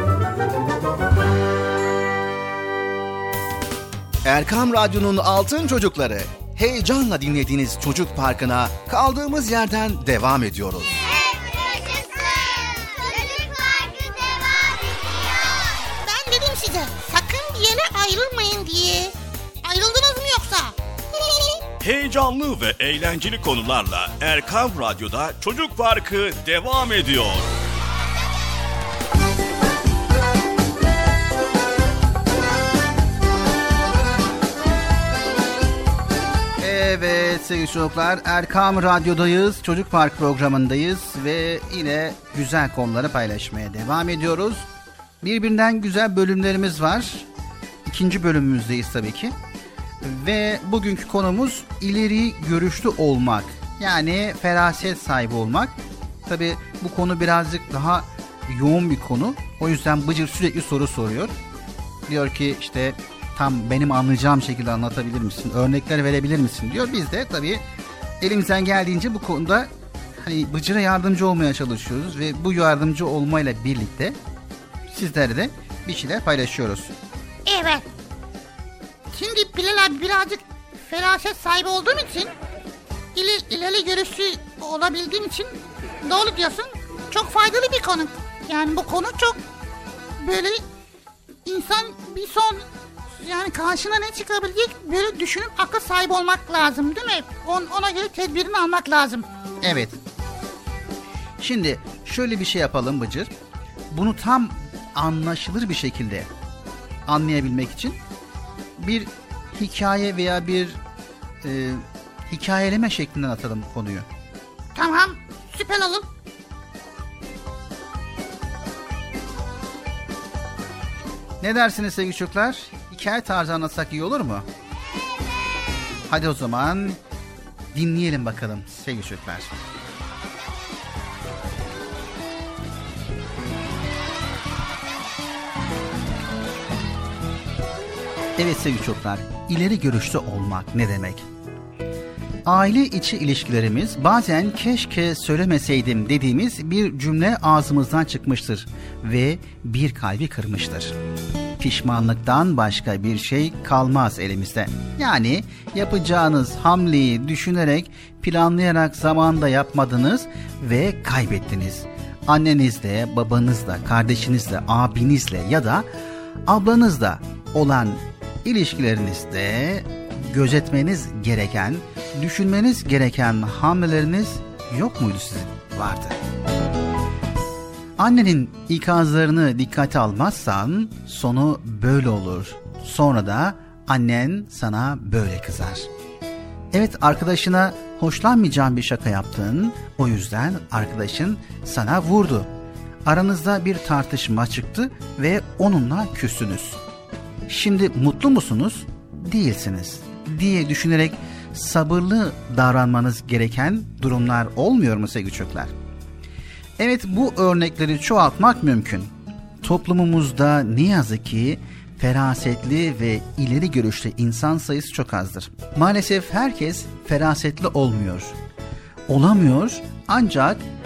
Erkam Radyo'nun altın çocukları, heyecanla dinlediğiniz Çocuk Parkı'na kaldığımız yerden devam ediyoruz. Çocuk Parkı devam ediyor. Ben dedim size, sakın bir yere ayrılmayın diye. Ayrıldınız mı yoksa? Heyecanlı ve eğlenceli konularla Erkam Radyo'da Çocuk Parkı devam ediyor. Evet sevgili çocuklar, Erkam Radyo'dayız, Çocuk Park programındayız ve yine güzel konuları paylaşmaya devam ediyoruz. Birbirinden güzel bölümlerimiz var. İkinci bölümümüzdeyiz tabii ki. Ve bugünkü konumuz ileri görüşlü olmak. Yani feraset sahibi olmak. Tabii bu konu birazcık daha yoğun bir konu. O yüzden Bıcır sürekli soru soruyor. Diyor ki işte tam benim anlayacağım şekilde anlatabilir misin? Örnekler verebilir misin? Diyor. Biz de tabii elimizden geldiğince bu konuda hani Bıcır'a yardımcı olmaya çalışıyoruz. Ve bu yardımcı olmayla birlikte sizlerle de bir şeyler paylaşıyoruz. Evet. Şimdi Bilal abi birazcık feraset sahibi olduğum için, ileri, ileri görüşlü olabildiğim için doğru diyorsun. Çok faydalı bir konu. Yani bu konu çok böyle insan bir son yani karşına ne çıkabilecek böyle düşünüp akıl sahibi olmak lazım değil mi? On, ona göre tedbirini almak lazım. Evet. Şimdi şöyle bir şey yapalım Bıcır. Bunu tam anlaşılır bir şekilde anlayabilmek için bir hikaye veya bir e, hikayeleme şeklinden atalım konuyu. Tamam, süper olur. Ne dersiniz sevgili çocuklar? Hikaye tarzı anlatsak iyi olur mu? Hadi o zaman dinleyelim bakalım sevgili çocuklar. Evet sevgili çocuklar, ileri görüşlü olmak ne demek? Aile içi ilişkilerimiz bazen keşke söylemeseydim dediğimiz bir cümle ağzımızdan çıkmıştır ve bir kalbi kırmıştır. Pişmanlıktan başka bir şey kalmaz elimizde. Yani yapacağınız hamleyi düşünerek, planlayarak zamanda yapmadınız ve kaybettiniz. Annenizle, babanızla, kardeşinizle, abinizle ya da ablanızla olan ilişkilerinizde gözetmeniz gereken, düşünmeniz gereken hamleleriniz yok muydu sizin? Vardı. Annenin ikazlarını dikkate almazsan sonu böyle olur. Sonra da annen sana böyle kızar. Evet, arkadaşına hoşlanmayacağın bir şaka yaptın. O yüzden arkadaşın sana vurdu. Aranızda bir tartışma çıktı ve onunla küstünüz. Şimdi mutlu musunuz? Değilsiniz diye düşünerek sabırlı davranmanız gereken durumlar olmuyor mu sevgili çocuklar? Evet, bu örnekleri çoğaltmak mümkün. Toplumumuzda ne yazık ki ferasetli ve ileri görüşlü insan sayısı çok azdır. Maalesef herkes ferasetli olmuyor. Olamıyor, ancak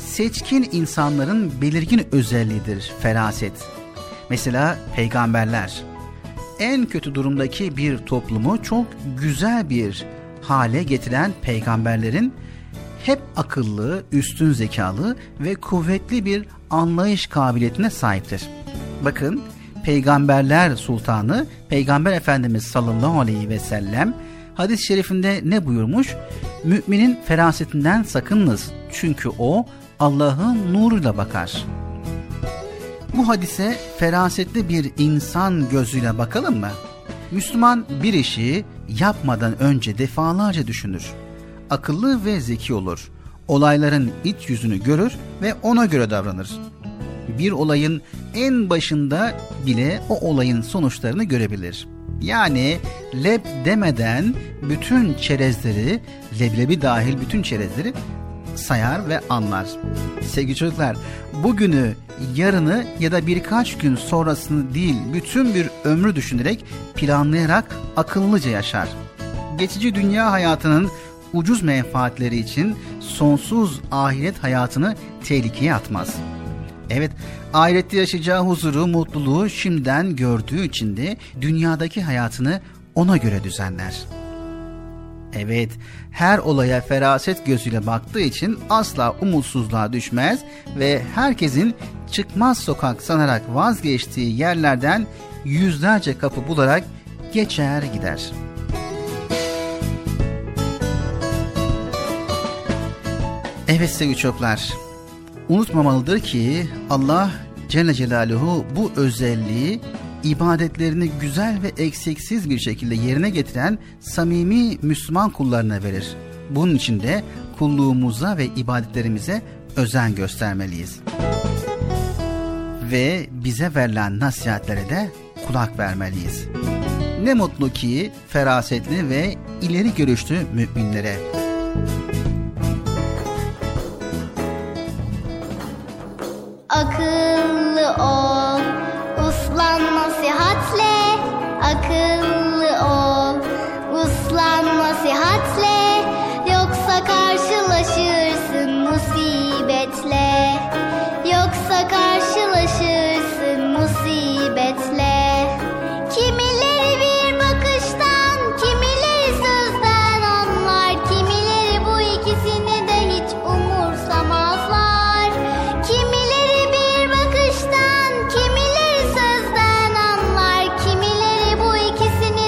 seçkin insanların belirgin özelliğidir feraset. Mesela peygamberler en kötü durumdaki bir toplumu çok güzel bir hale getiren peygamberlerin hep akıllı, üstün zekalı ve kuvvetli bir anlayış kabiliyetine sahiptir. Bakın, Peygamberler Sultanı Peygamber Efendimiz sallallahu aleyhi ve sellem hadis-i şerifinde ne buyurmuş? Müminin ferasetinden sakınınız çünkü o Allah'ın nuruyla bakar. Bu hadise ferasetli bir insan gözüyle bakalım mı? Müslüman bir işi yapmadan önce defalarca düşünür. Akıllı ve zeki olur. Olayların iç yüzünü görür ve ona göre davranır. Bir olayın en başında bile o olayın sonuçlarını görebilir. Yani leb demeden bütün çerezleri, leblebi dahil bütün çerezleri sayar ve anlar. Sevgili çocuklar, bugünü, yarını ya da birkaç gün sonrasını değil, bütün bir ömrü düşünerek, planlayarak akıllıca yaşar. Geçici dünya hayatının ucuz menfaatleri için sonsuz ahiret hayatını tehlikeye atmaz. Evet, ahirette yaşayacağı huzuru, mutluluğu şimdiden gördüğü için de dünyadaki hayatını ona göre düzenler. Evet, her olaya feraset gözüyle baktığı için asla umutsuzluğa düşmez ve herkesin çıkmaz sokak sanarak vazgeçtiği yerlerden yüzlerce kapı bularak geçer gider. Evet sevgili çocuklar, unutmamalıdır ki Allah Celle Celaluhu bu özelliği ibadetlerini güzel ve eksiksiz bir şekilde yerine getiren samimi Müslüman kullarına verir. Bunun için de kulluğumuza ve ibadetlerimize özen göstermeliyiz. Ve bize verilen nasihatlere de kulak vermeliyiz. Ne mutlu ki ferasetli ve ileri görüşlü müminlere. Akıllı ol, uslan nasihatle. Akıllı ol, uslan nasihatle. Yoksa karşılaşırsın musibetle. Yoksa karşılaşırsın musibetle. Kimileri bir bakıştan, kimileri sözden anlar. Kimileri bu ikisini de hiç umursamazlar. Kimileri bir bakıştan, kimileri sözden anlar. Kimileri bu ikisini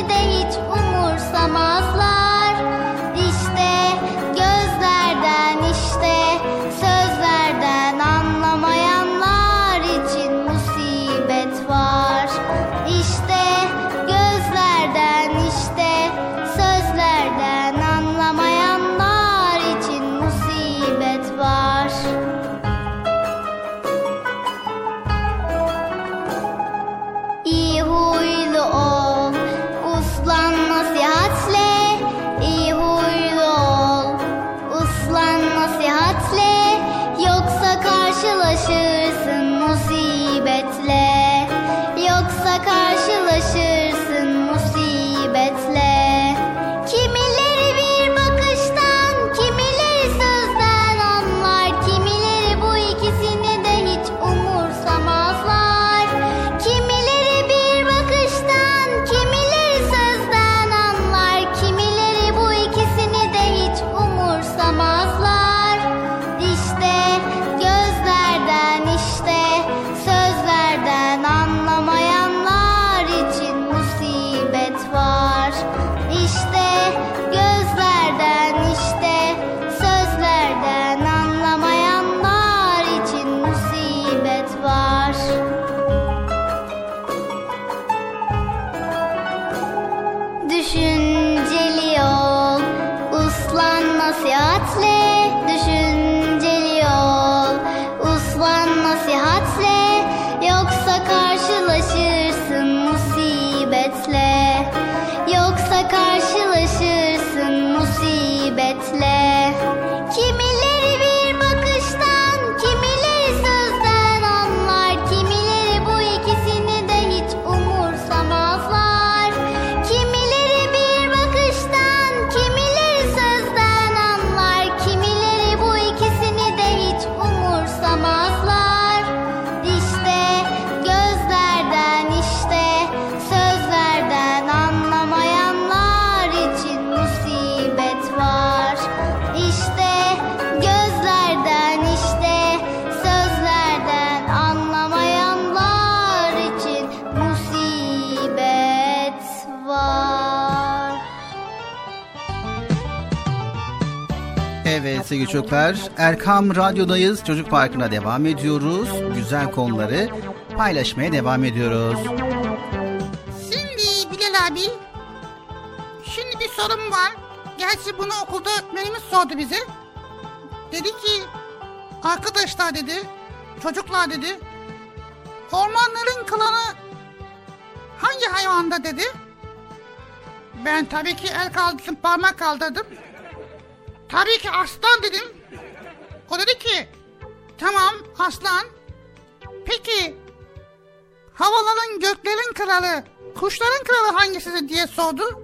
Evet sevgili çocuklar, Erkam Radyo'dayız. Çocuk Parkı'na devam ediyoruz. Güzel konuları paylaşmaya devam ediyoruz. Şimdi Bilal abi, şimdi bir sorum var. Gerçi bunu okulda öğretmenimiz sordu bize. Dedi ki, arkadaşlar dedi, çocuklar dedi, ormanların kralı hangi hayvanda dedi. Ben tabii ki el kaldırdım, parmak kaldırdım. Tabii ki aslan dedim. O dedi ki, tamam aslan. Peki havaların, göklerin kralı, kuşların kralı hangisidir diye sordu.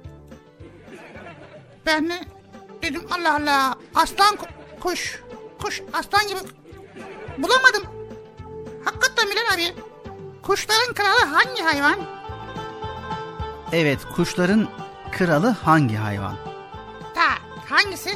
Ben de dedim Allah Allah, aslan kuş, kuş aslan gibi bulamadım. Hakikaten Bilal abi, kuşların kralı hangi hayvan? Evet, kuşların kralı hangi hayvan? Ta hangisi?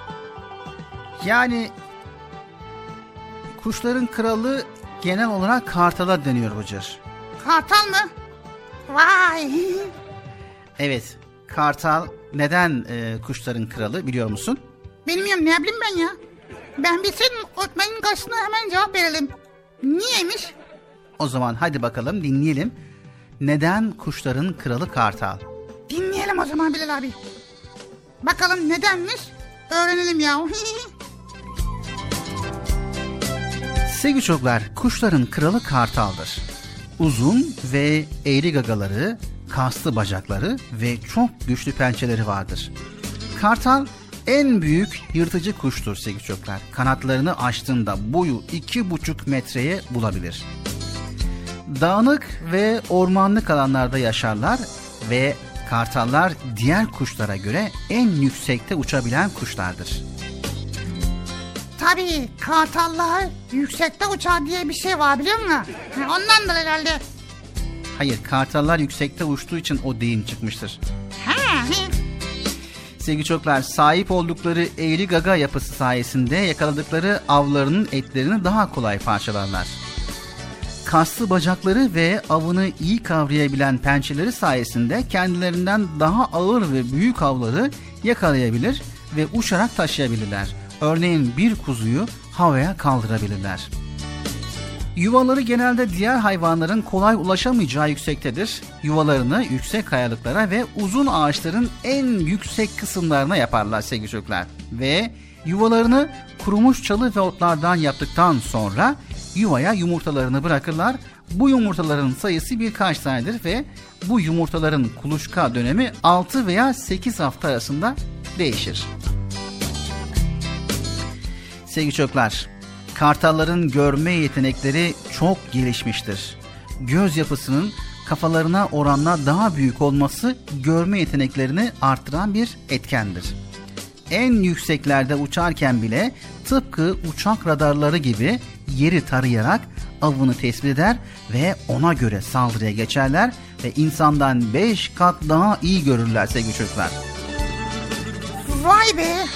Yani kuşların kralı genel olarak kartala deniyor Bıcır. Kartal mı? Vay! Evet, kartal neden e, kuşların kralı biliyor musun? Bilmiyorum, ne bileyim ben ya. Ben bilseydim öğretmenin karşısına hemen cevap verelim. Niyeymiş? O zaman hadi bakalım dinleyelim. Neden kuşların kralı kartal? Dinleyelim o zaman Bilal abi. Bakalım nedenmiş? Öğrenelim ya. Sevgili çocuklar, kuşların kralı kartaldır. Uzun ve eğri gagaları, kaslı bacakları ve çok güçlü pençeleri vardır. Kartal en büyük yırtıcı kuştur sevgili çocuklar. Kanatlarını açtığında boyu iki buçuk metreye bulabilir. Dağınık ve ormanlık alanlarda yaşarlar ve kartallar diğer kuşlara göre en yüksekte uçabilen kuşlardır. Tabii kartallar yüksekte uçar diye bir şey var biliyor musun? Ondandır herhalde. Hayır, kartallar yüksekte uçtuğu için o deyim çıkmıştır. Ha. Sevgili çocuklar, sahip oldukları eğri gaga yapısı sayesinde yakaladıkları avlarının etlerini daha kolay parçalarlar. Kaslı bacakları ve avını iyi kavrayabilen pençeleri sayesinde kendilerinden daha ağır ve büyük avları yakalayabilir ve uçarak taşıyabilirler. Örneğin bir kuzuyu havaya kaldırabilirler. Yuvaları genelde diğer hayvanların kolay ulaşamayacağı yüksektedir. Yuvalarını yüksek kayalıklara ve uzun ağaçların en yüksek kısımlarına yaparlar sevgili çocuklar. Ve yuvalarını kurumuş çalı ve otlardan yaptıktan sonra yuvaya yumurtalarını bırakırlar. Bu yumurtaların sayısı birkaç tanedir ve bu yumurtaların kuluçka dönemi altı veya sekiz hafta arasında değişir. Sevgili çocuklar, kartalların görme yetenekleri çok gelişmiştir. Göz yapısının kafalarına oranla daha büyük olması görme yeteneklerini artıran bir etkendir. En yükseklerde uçarken bile tıpkı uçak radarları gibi yeri tarayarak avını tespit eder ve ona göre saldırıya geçerler ve insandan beş kat daha iyi görürler sevgili çocuklar. Vay be!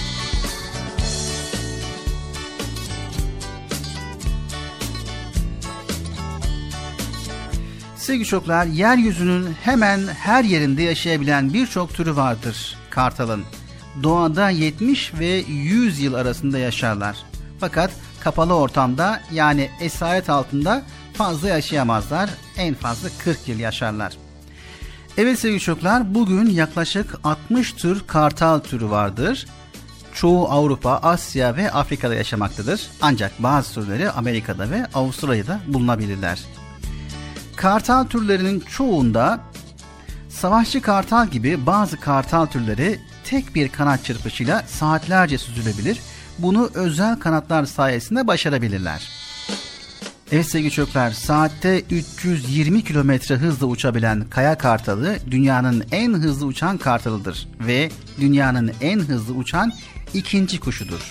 Sevgili çocuklar, yeryüzünün hemen her yerinde yaşayabilen birçok türü vardır kartalın. Doğada yetmiş ve yüz yıl arasında yaşarlar. Fakat kapalı ortamda, yani esaret altında fazla yaşayamazlar. En fazla kırk yıl yaşarlar. Evet sevgili çocuklar, bugün yaklaşık altmış tür kartal türü vardır. Çoğu Avrupa, Asya ve Afrika'da yaşamaktadır. Ancak bazı türleri Amerika'da ve Avustralya'da bulunabilirler. Kartal türlerinin çoğunda savaşçı kartal gibi bazı kartal türleri tek bir kanat çırpışıyla saatlerce süzülebilir. Bunu özel kanatlar sayesinde başarabilirler. Evet sevgili çocuklar, saatte üç yüz yirmi kilometre hızla uçabilen kaya kartalı dünyanın en hızlı uçan kartalıdır ve dünyanın en hızlı uçan ikinci kuşudur.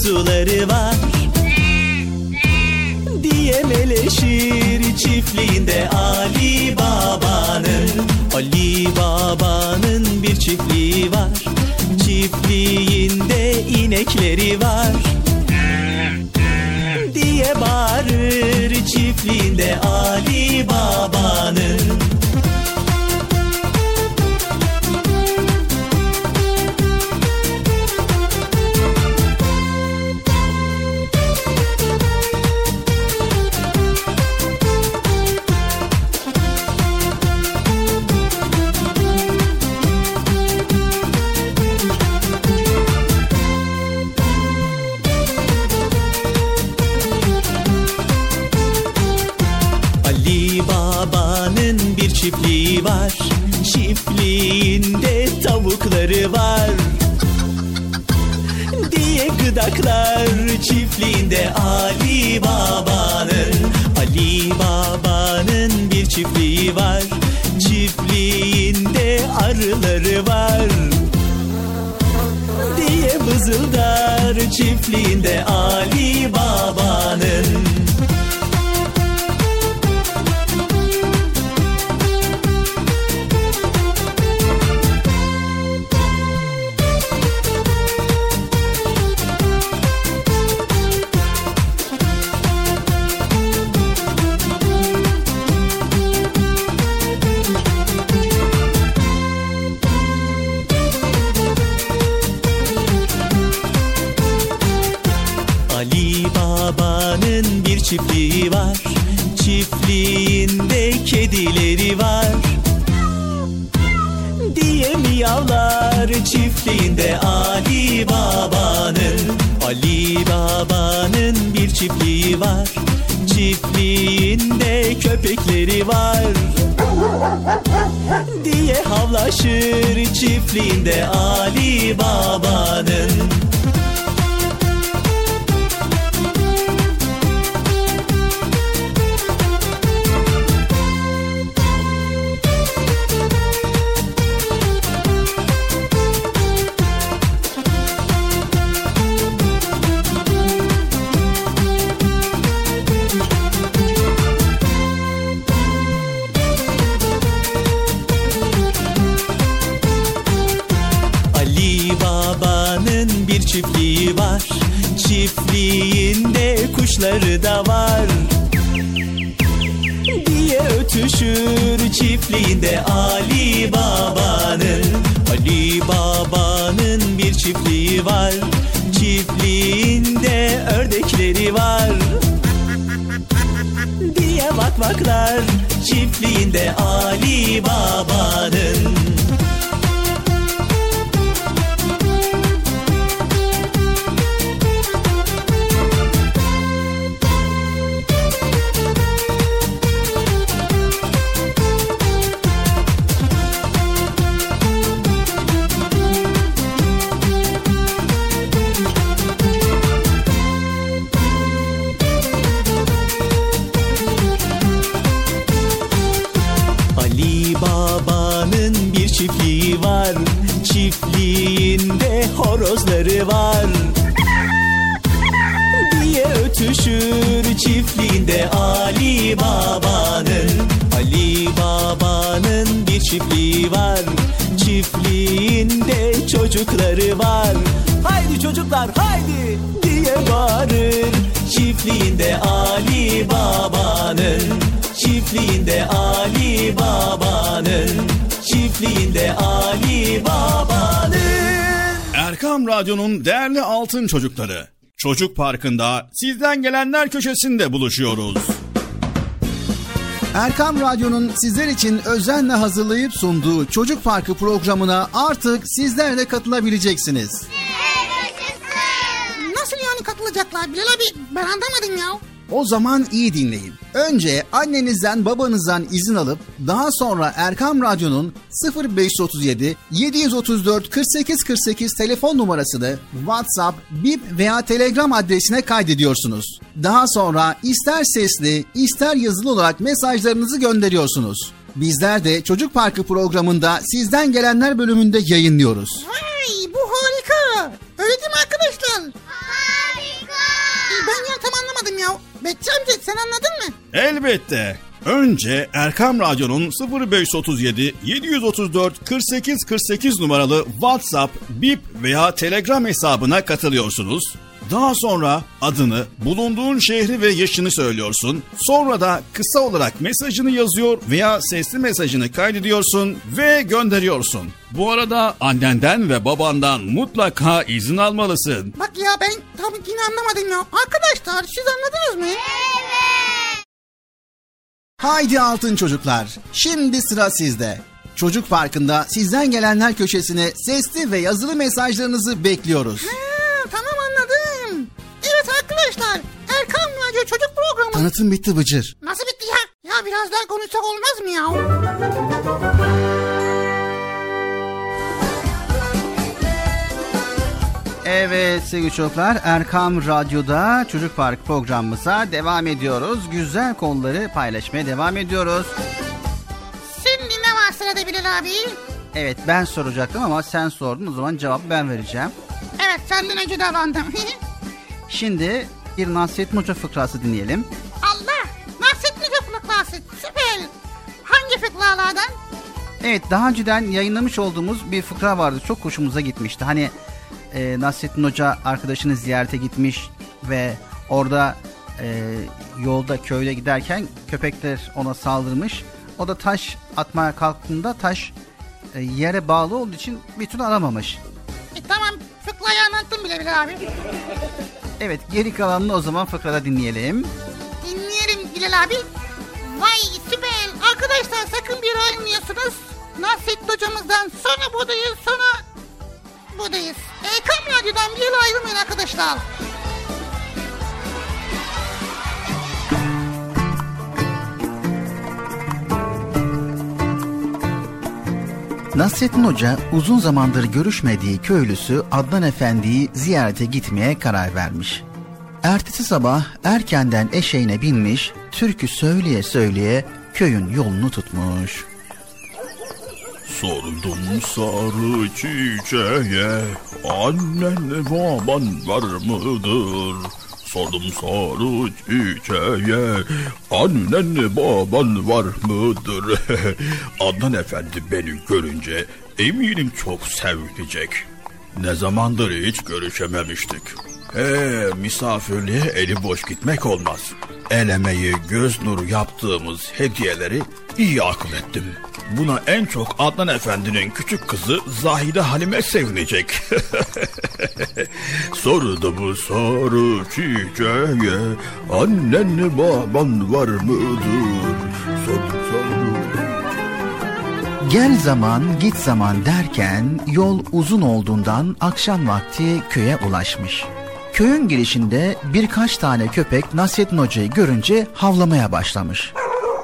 kuzuları var diye meleşir çiftliğinde Ali Baba'nın. Ali Baba'nın bir çiftliği var, çiftliğinde inekleri var diye bağırır çiftliğinde Ali Baba'nın. Çiftliği var, çiftliğinde tavukları var diye gıdaklar çiftliğinde Ali Baba'nın. Ali Baba'nın bir çiftliği var, çiftliğinde arıları var diye vızıldar çiftliğinde Ali Baba'nın. Çiftliği var, çiftliğinde kedileri var diye miyavlar çiftliğinde Ali Baba'nın. Ali Baba'nın bir çiftliği var, çiftliğinde köpekleri var diye havlaşır çiftliğinde Ali Baba'nın. Çiftliği var, çiftliğinde kuşları da var diye ötüşür çiftliğinde Ali Baba'nın. Ali Baba'nın bir çiftliği var, çiftliğinde ördekleri var diye vakvaklar çiftliğinde Ali Baba'nın. Var, çiftliğinde horozları var diye ötüşür çiftliğinde Ali Baba'nın. Ali Baba'nın bir çiftliği var, çiftliğinde çocukları var. Haydi çocuklar haydi diye bağırır çiftliğinde Ali Baba'nın. Çiftliğinde Ali Baba'nın. Çiftliğinde Ali Baba'nın. Erkam Radyo'nun değerli altın çocukları, Çocuk Parkı'nda sizden gelenler köşesinde buluşuyoruz. Erkam Radyo'nun sizler için özenle hazırlayıp sunduğu Çocuk Parkı programına artık sizler de katılabileceksiniz. Nasıl yani katılacaklar Bilal abi? Ben anlamadım ya. O zaman iyi dinleyin. Önce annenizden babanızdan izin alıp daha sonra Erkam Radyo'nun sıfır beş otuz yedi yedi otuz dört kırk sekiz kırk sekiz telefon numarasını WhatsApp, Bip veya Telegram adresine kaydediyorsunuz. Daha sonra ister sesli ister yazılı olarak mesajlarınızı gönderiyorsunuz. Bizler de Çocuk Parkı programında sizden gelenler bölümünde yayınlıyoruz. Vay, bu harika. Öyle değil mi arkadaşlar? Harika. tam anlamadım ya. Betçi amca sen anladın mı? Elbette. Önce Erkam Radyo'nun sıfır beş otuz yedi yedi otuz dört kırk sekiz kırk sekiz numaralı WhatsApp, Bip veya Telegram hesabına katılıyorsunuz. Daha sonra adını, bulunduğun şehri ve yaşını söylüyorsun. Sonra da kısa olarak mesajını yazıyor veya sesli mesajını kaydediyorsun ve gönderiyorsun. Bu arada annenden ve babandan mutlaka izin almalısın. Bak ya ben tam yine anlamadım ya. Arkadaşlar siz anladınız mı? Evet. Haydi altın çocuklar, şimdi sıra sizde. Çocuk Parkı'nda sizden gelenler köşesine sesli ve yazılı mesajlarınızı bekliyoruz. Ha, tamam anladım. Evet arkadaşlar, Erkam Radyo Çocuk Programı. Tanıtım bitti Bıcır. Nasıl bitti ya? Ya biraz daha konuşsak olmaz mı ya? Evet sevgili çocuklar, Erkam Radyo'da Çocuk Park programımıza devam ediyoruz. Güzel konuları paylaşmaya devam ediyoruz. Şimdi ne var sırada Bilal abi? Evet ben soracaktım ama sen sordun, o zaman cevabı ben vereceğim. Evet senden önce davrandım. Şimdi bir Nasrettin Hoca fıkrası dinleyelim. Allah! Nasrettin Hoca fıkrası süper. Hangi fıkralardan? Evet daha önceden yayınlamış olduğumuz bir fıkra vardı, çok hoşumuza gitmişti. Hani e, Nasrettin Hoca arkadaşını ziyarete gitmiş ve orada e, yolda köyde giderken köpekler ona saldırmış. O da taş atmaya kalktığında taş e, yere bağlı olduğu için bir türlü alamamış. E, tamam fıkrayı anlattım bile Bilal abi. Evet geri kalanını o zaman fıkrada dinleyelim. Dinleyelim Bilal abi. Vay süper. Arkadaşlar sakın bir ayrılmıyorsunuz. Nasrettin hocamızdan sonra buradayız, sonra buradayız. Erkam Radyo'dan bir yere ayrılmayın arkadaşlar. Nasrettin Hoca uzun zamandır görüşmediği köylüsü Adnan Efendi'yi ziyarete gitmeye karar vermiş. Ertesi sabah erkenden eşeğine binmiş, türkü söyleye söyleye köyün yolunu tutmuş. Sordum sarı çiçeğe, annen baban var mıdır? Sordum sarı çiçeğe, annen baban var mıdır? Adnan Efendi beni görünce eminim çok sevinecek. Ne zamandır hiç görüşememiştik. He, misafirliğe eli boş gitmek olmaz. El emeği, göz nuru yaptığımız hediyeleri iyi akıl ettim. Buna en çok Adnan Efendi'nin küçük kızı Zahide Halime sevinecek. Sordu bu sarı çiçeğe, annen baban var mıdır? Sordu sarı. Gel zaman git zaman derken yol uzun olduğundan akşam vakti köye ulaşmış. Köyün girişinde birkaç tane köpek Nasrettin Hoca'yı görünce havlamaya başlamış.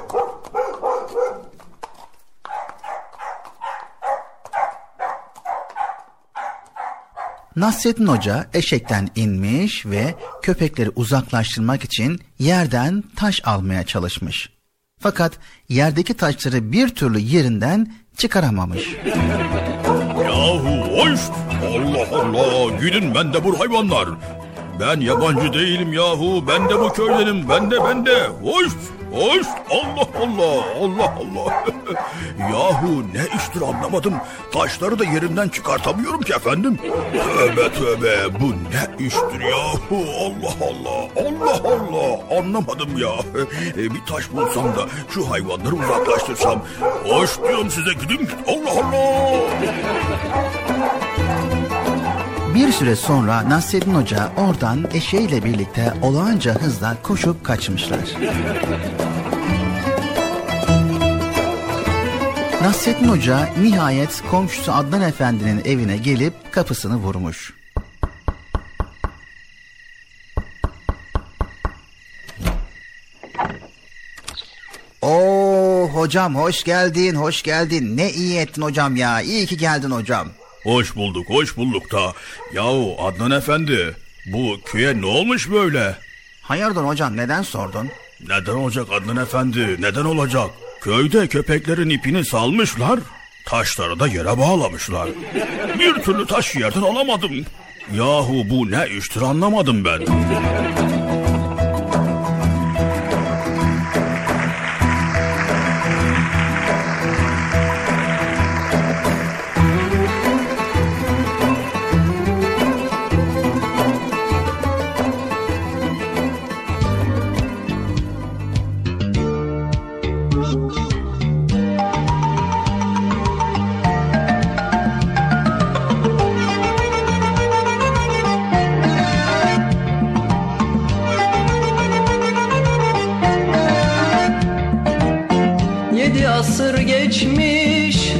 Nasrettin Hoca eşekten inmiş ve köpekleri uzaklaştırmak için yerden taş almaya çalışmış. Fakat yerdeki taşları bir türlü yerinden çıkaramamış. Yahu hoş! Allah Allah! Gidin ben de bu hayvanlar! Ben yabancı değilim yahu! Ben de bu köydenim! Ben de ben de! Hoş! Hoş! Allah Allah! Allah Allah! Yahu ne iştir anlamadım. Taşları da yerinden çıkartamıyorum ki efendim. Tövbe tövbe! Bu ne iştir yahu? Allah Allah! Allah Allah! Anlamadım ya. Bir taş bulsam da şu hayvanları uzaklaştırsam. Hoş diyorum size, gidin! Allah Allah! Bir süre sonra Nasrettin Hoca oradan eşeğiyle birlikte olağanca hızla koşup kaçmışlar. Nasrettin Hoca nihayet komşusu Adnan Efendi'nin evine gelip kapısını vurmuş. Oo hocam hoş geldin, hoş geldin. Ne iyi ettin hocam ya. İyi ki geldin hocam. Hoş bulduk, hoş bulduk da. Yahu Adnan Efendi, bu köye ne olmuş böyle? Hayırdır hocam, neden sordun? Neden olacak Adnan Efendi, neden olacak? Köyde köpeklerin ipini salmışlar, taşları da yere bağlamışlar. Bir türlü taş yerden alamadım. Yahu bu ne iştir anlamadım ben.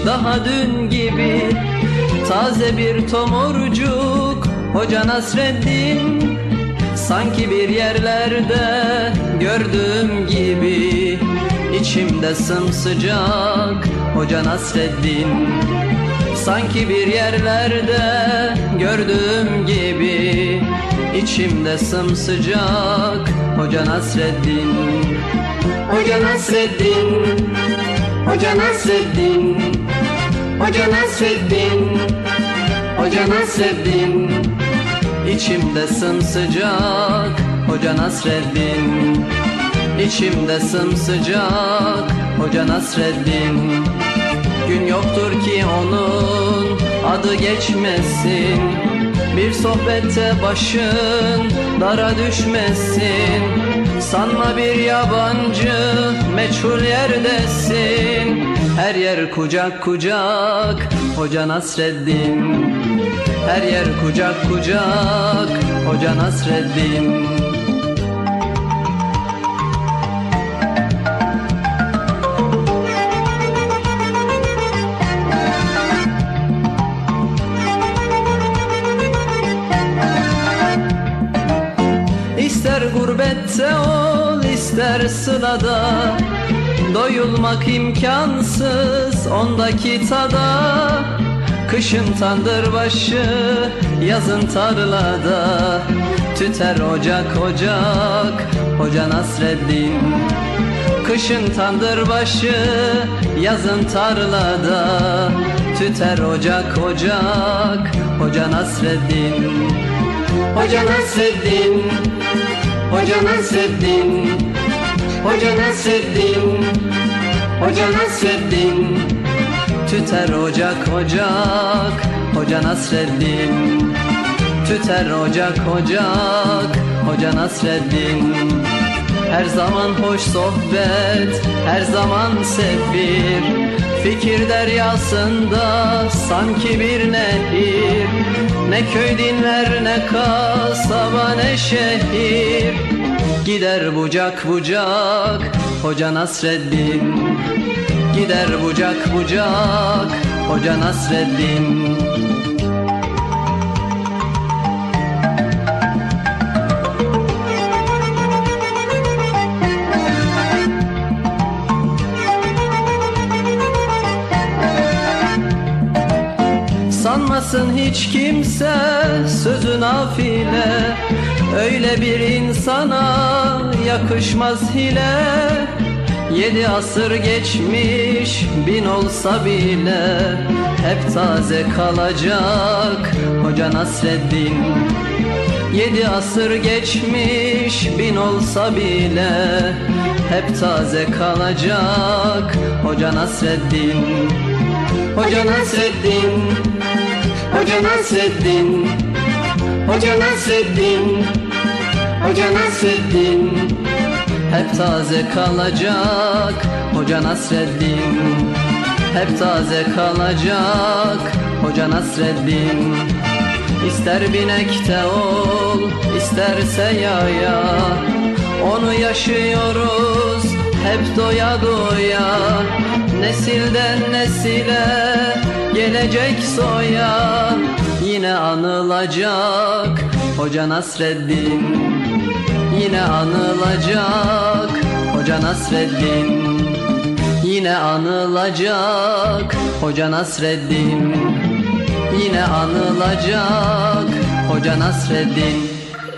daha dün gibi. Taze bir tomurcuk Hoca Nasreddin, sanki bir yerlerde gördüğüm gibi. İçimde sımsıcak Hoca Nasreddin, sanki bir yerlerde gördüğüm gibi. İçimde sımsıcak Hoca Nasreddin. Hoca Nasreddin, Hoca Nasreddin, Hoca Nasreddin, Hoca Nasreddin. İçimde sımsıcak Hoca Nasreddin, İçimde sımsıcak Hoca Nasreddin. Gün yoktur ki onun adı geçmesin, bir sohbette başın dara düşmesin. Sanma bir yabancı meçhul yerdesin, her yer kucak kucak Hoca Nasreddin. Her yer kucak kucak Hoca Nasreddin. İster gurbette ol, ister sılada, doyulmak imkansız ondaki tada. Kışın tandırbaşı, yazın tarlada, tüter ocak ocak Hoca Nasreddin. Kışın tandırbaşı, yazın tarlada, tüter ocak ocak Hoca Nasreddin. Hoca Nasreddin, Hoca Nasreddin, Hoca Nasreddin, Hoca Nasreddin. Tüter ocak ocak Hoca Nasreddin, tüter ocak ocak Hoca Nasreddin. Her zaman hoş sohbet, her zaman sefir, fikir deryasında sanki bir nehir. Ne köy dinler, ne kasaba, ne şehir, gider bucak bucak Hoca Nasreddin. Gider bucak bucak Hoca Nasreddin. Sanmasın hiç kimse sözü nafile, öyle bir insana yakışmaz hile. Yedi asır geçmiş bin olsa bile, hep taze kalacak Hoca Nasreddin. Yedi asır geçmiş bin olsa bile, hep taze kalacak Hoca Nasreddin. Hoca Nasreddin, Hoca Nasreddin, Hoca Nasreddin, Hoca Nasreddin. Hep taze kalacak Hoca Nasreddin. Hep taze kalacak Hoca Nasreddin. İster binekte ol, isterse yaya, onu yaşıyoruz hep doya doya. Nesilden nesile gelecek soya, yine anılacak Hoca Nasreddin. Yine anılacak Hoca Nasreddin. Yine anılacak Hoca Nasreddin. Yine anılacak Hoca Nasreddin.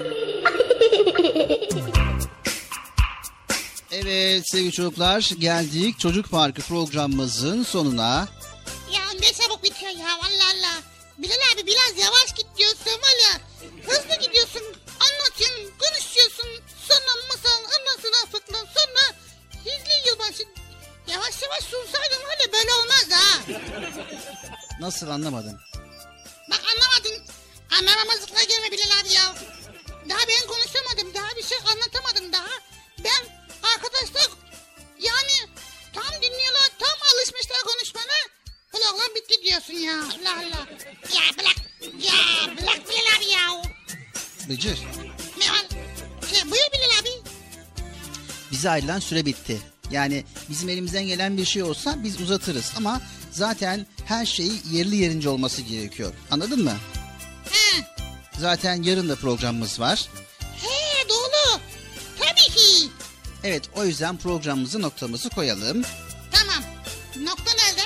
Evet sevgili çocuklar, geldik Çocuk Parkı programımızın sonuna. Ya ne çabuk bitiyor ya, Allah Allah. Bilal abi biraz yavaş git diyorsun valla. Hızlı gidiyorsun, anlatıyorsun, konuşuyorsun. Sonra masal, ondan sonra fıkra, sonra hizli yılbaşı. Yavaş yavaş sunsaydın var ya, böyle olmaz ha. Nasıl, anlamadım? Bak anlamadın. Anlamamazlıkla gelme Bilal abi ya. Daha ben konuşamadım, daha bir şey anlatamadım daha. Ben arkadaşlar yani tam dinliyorlar, tam alışmışlar konuşmana. Program bitti diyorsun ya, Allah Allah. Ya bırak, ya bırak Bilal abi ya. Bıcır. Ne var? Şey, buyur Bilal abi. Bize ayrılan süre bitti. Yani bizim elimizden gelen bir şey olsa biz uzatırız ama zaten her şeyi yerli yerince olması gerekiyor. Anladın mı? He. Zaten yarın da programımız var. He doğru. Tabii ki. Evet, o yüzden programımızı noktamızı koyalım. Tamam. Nokta nerede?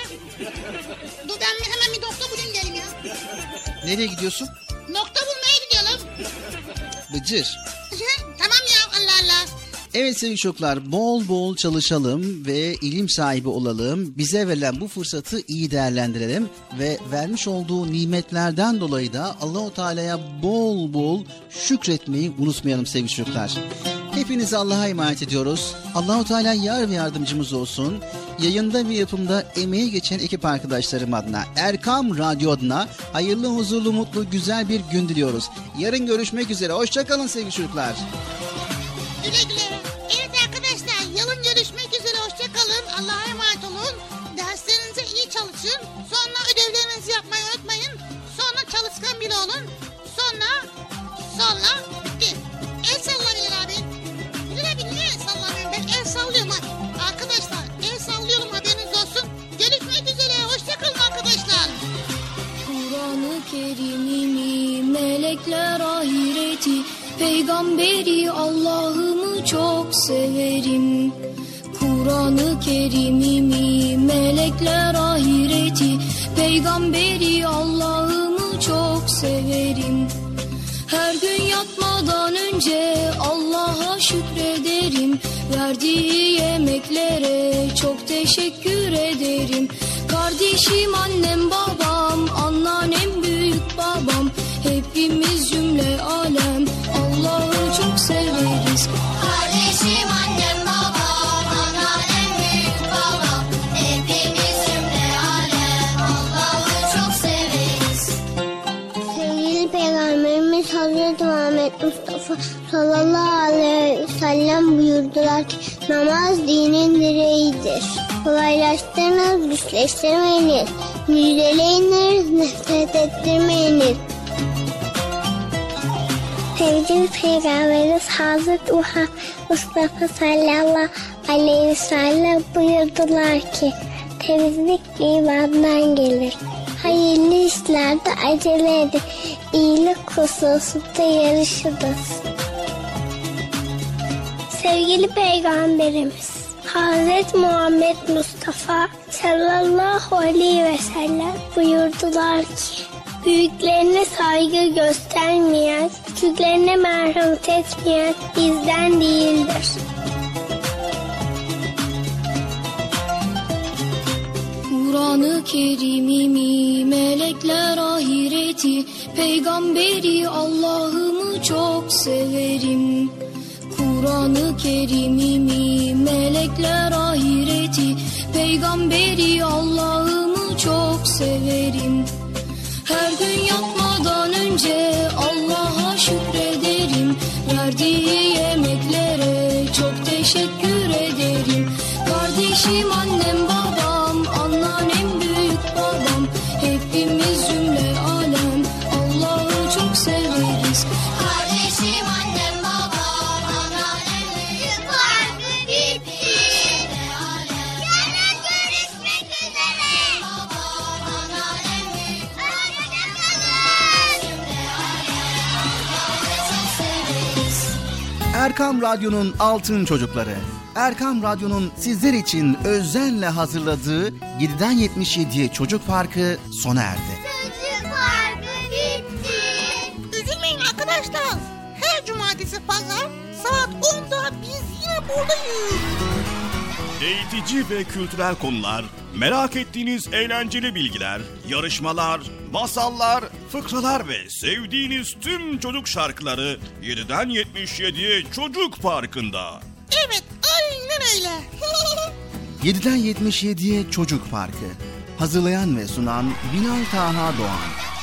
Dur ben bir hemen bir nokta bulayım geleyim ya. Nereye gidiyorsun? Nokta bulmaya gidiyorum. Bıcır. Tamam ya Allah Allah. Evet sevgili çocuklar, bol bol çalışalım ve ilim sahibi olalım. Bize verilen bu fırsatı iyi değerlendirelim ve vermiş olduğu nimetlerden dolayı da Allah-u Teala'ya bol bol şükretmeyi unutmayalım sevgili çocuklar. Hepinizi Allah'a emanet ediyoruz. Allah-u Teala yar ve yardımcımız olsun. Yayında ve yapımda emeği geçen ekip arkadaşlarım adına, Erkam Radyo adına hayırlı, huzurlu, mutlu, güzel bir gün diliyoruz. Yarın görüşmek üzere. Hoşçakalın sevgili çocuklar. Güle güle. Evet arkadaşlar, yarın görüşmek üzere. Hoşçakalın. Allah'a emanet olun. Derslerinize iyi çalışın. Sonra ödevlerinizi yapmayı unutmayın. Sonra çalışkan biri olun. Sonra, sonra bitti. El sallayın abi. Bilal abi niye el sallamıyorum? Ben el sallıyorum ha. Arkadaşlar el sallıyorum, haberiniz olsun. Görüşmek üzere. Hoşçakalın arkadaşlar. Kur'an-ı Kerim'imi, melekler ahireti, peygamberi Allah'ımı çok severim. Kur'an-ı Kerim'imi, melekler ahireti, peygamberi Allah'ımı çok severim. Her gün yatmadan önce Allah'a şükrederim. Verdiği yemeklere çok teşekkür ederim. Kardeşim, annem, babam, anneannem, büyük babam, hepimiz cümle alem Allah'ı çok severiz. Kardeşim, annem, babam, anneannem, büyük babam, hepimiz cümle alem Allah'ı çok severiz. Sevgili Peygamberimiz Hazreti Muhammed Mustafa sallallahu aleyhi ve sellem buyurdular ki namaz dinin direğidir. Kolaylaştırınız, güçleştirmeyiniz. Müjdeleyiniz, nefret ettirmeyiniz. Sevgili Peygamberimiz Hazreti Muhammed Mustafa sallallahu aleyhi ve sellem buyurdular ki temizlik imandan gelir. Hayırlı işlerde acele edin. İyilik hususunda yarışınız. Sevgili Peygamberimiz Hazreti Muhammed Mustafa sallallahu aleyhi ve sellem buyurdular ki büyüklerine saygı göstermeyen, küçüklerine merhamet etmeyen bizden değildir. Kur'an-ı Kerim'imi, melekler ahireti, peygamberi Allah'ımı çok severim. Kur'an-ı Kerim'imi, melekler ahireti, peygamberi Allah'ımı çok severim. Her gün yatmadan önce Allah'a şükrederim. Verdiği yemeklere çok teşekkür ederim. Kardeşim, annem, babam, anneannem, büyük babam, hepimiz cümle alem Allah'ı çok severiz. Kardeşim, annem, babam, anneannem, büyük farkı bitti. Yarın görüşmek üzere. Babam, anneannem, büyük hoşçakalın. Cümle alem Allah'ı çok severiz. Erkam Radyo'nun Altın Çocukları. Erkam Radyo'nun sizler için özenle hazırladığı yediden yetmiş yediye Çocuk Parkı sona erdi. Çocuk Parkı bitti. Üzülmeyin arkadaşlar. Her cumartesi pazar saat onda biz yine buradayız. Eğitici ve kültürel konular, merak ettiğiniz eğlenceli bilgiler, yarışmalar, masallar, fıkralar ve sevdiğiniz tüm çocuk şarkıları yediden yetmiş yediye Çocuk Parkı'nda. Evet, aynen öyle. yediden yetmiş yediye Çocuk Parkı. Hazırlayan ve sunan Bilal Taha Doğan.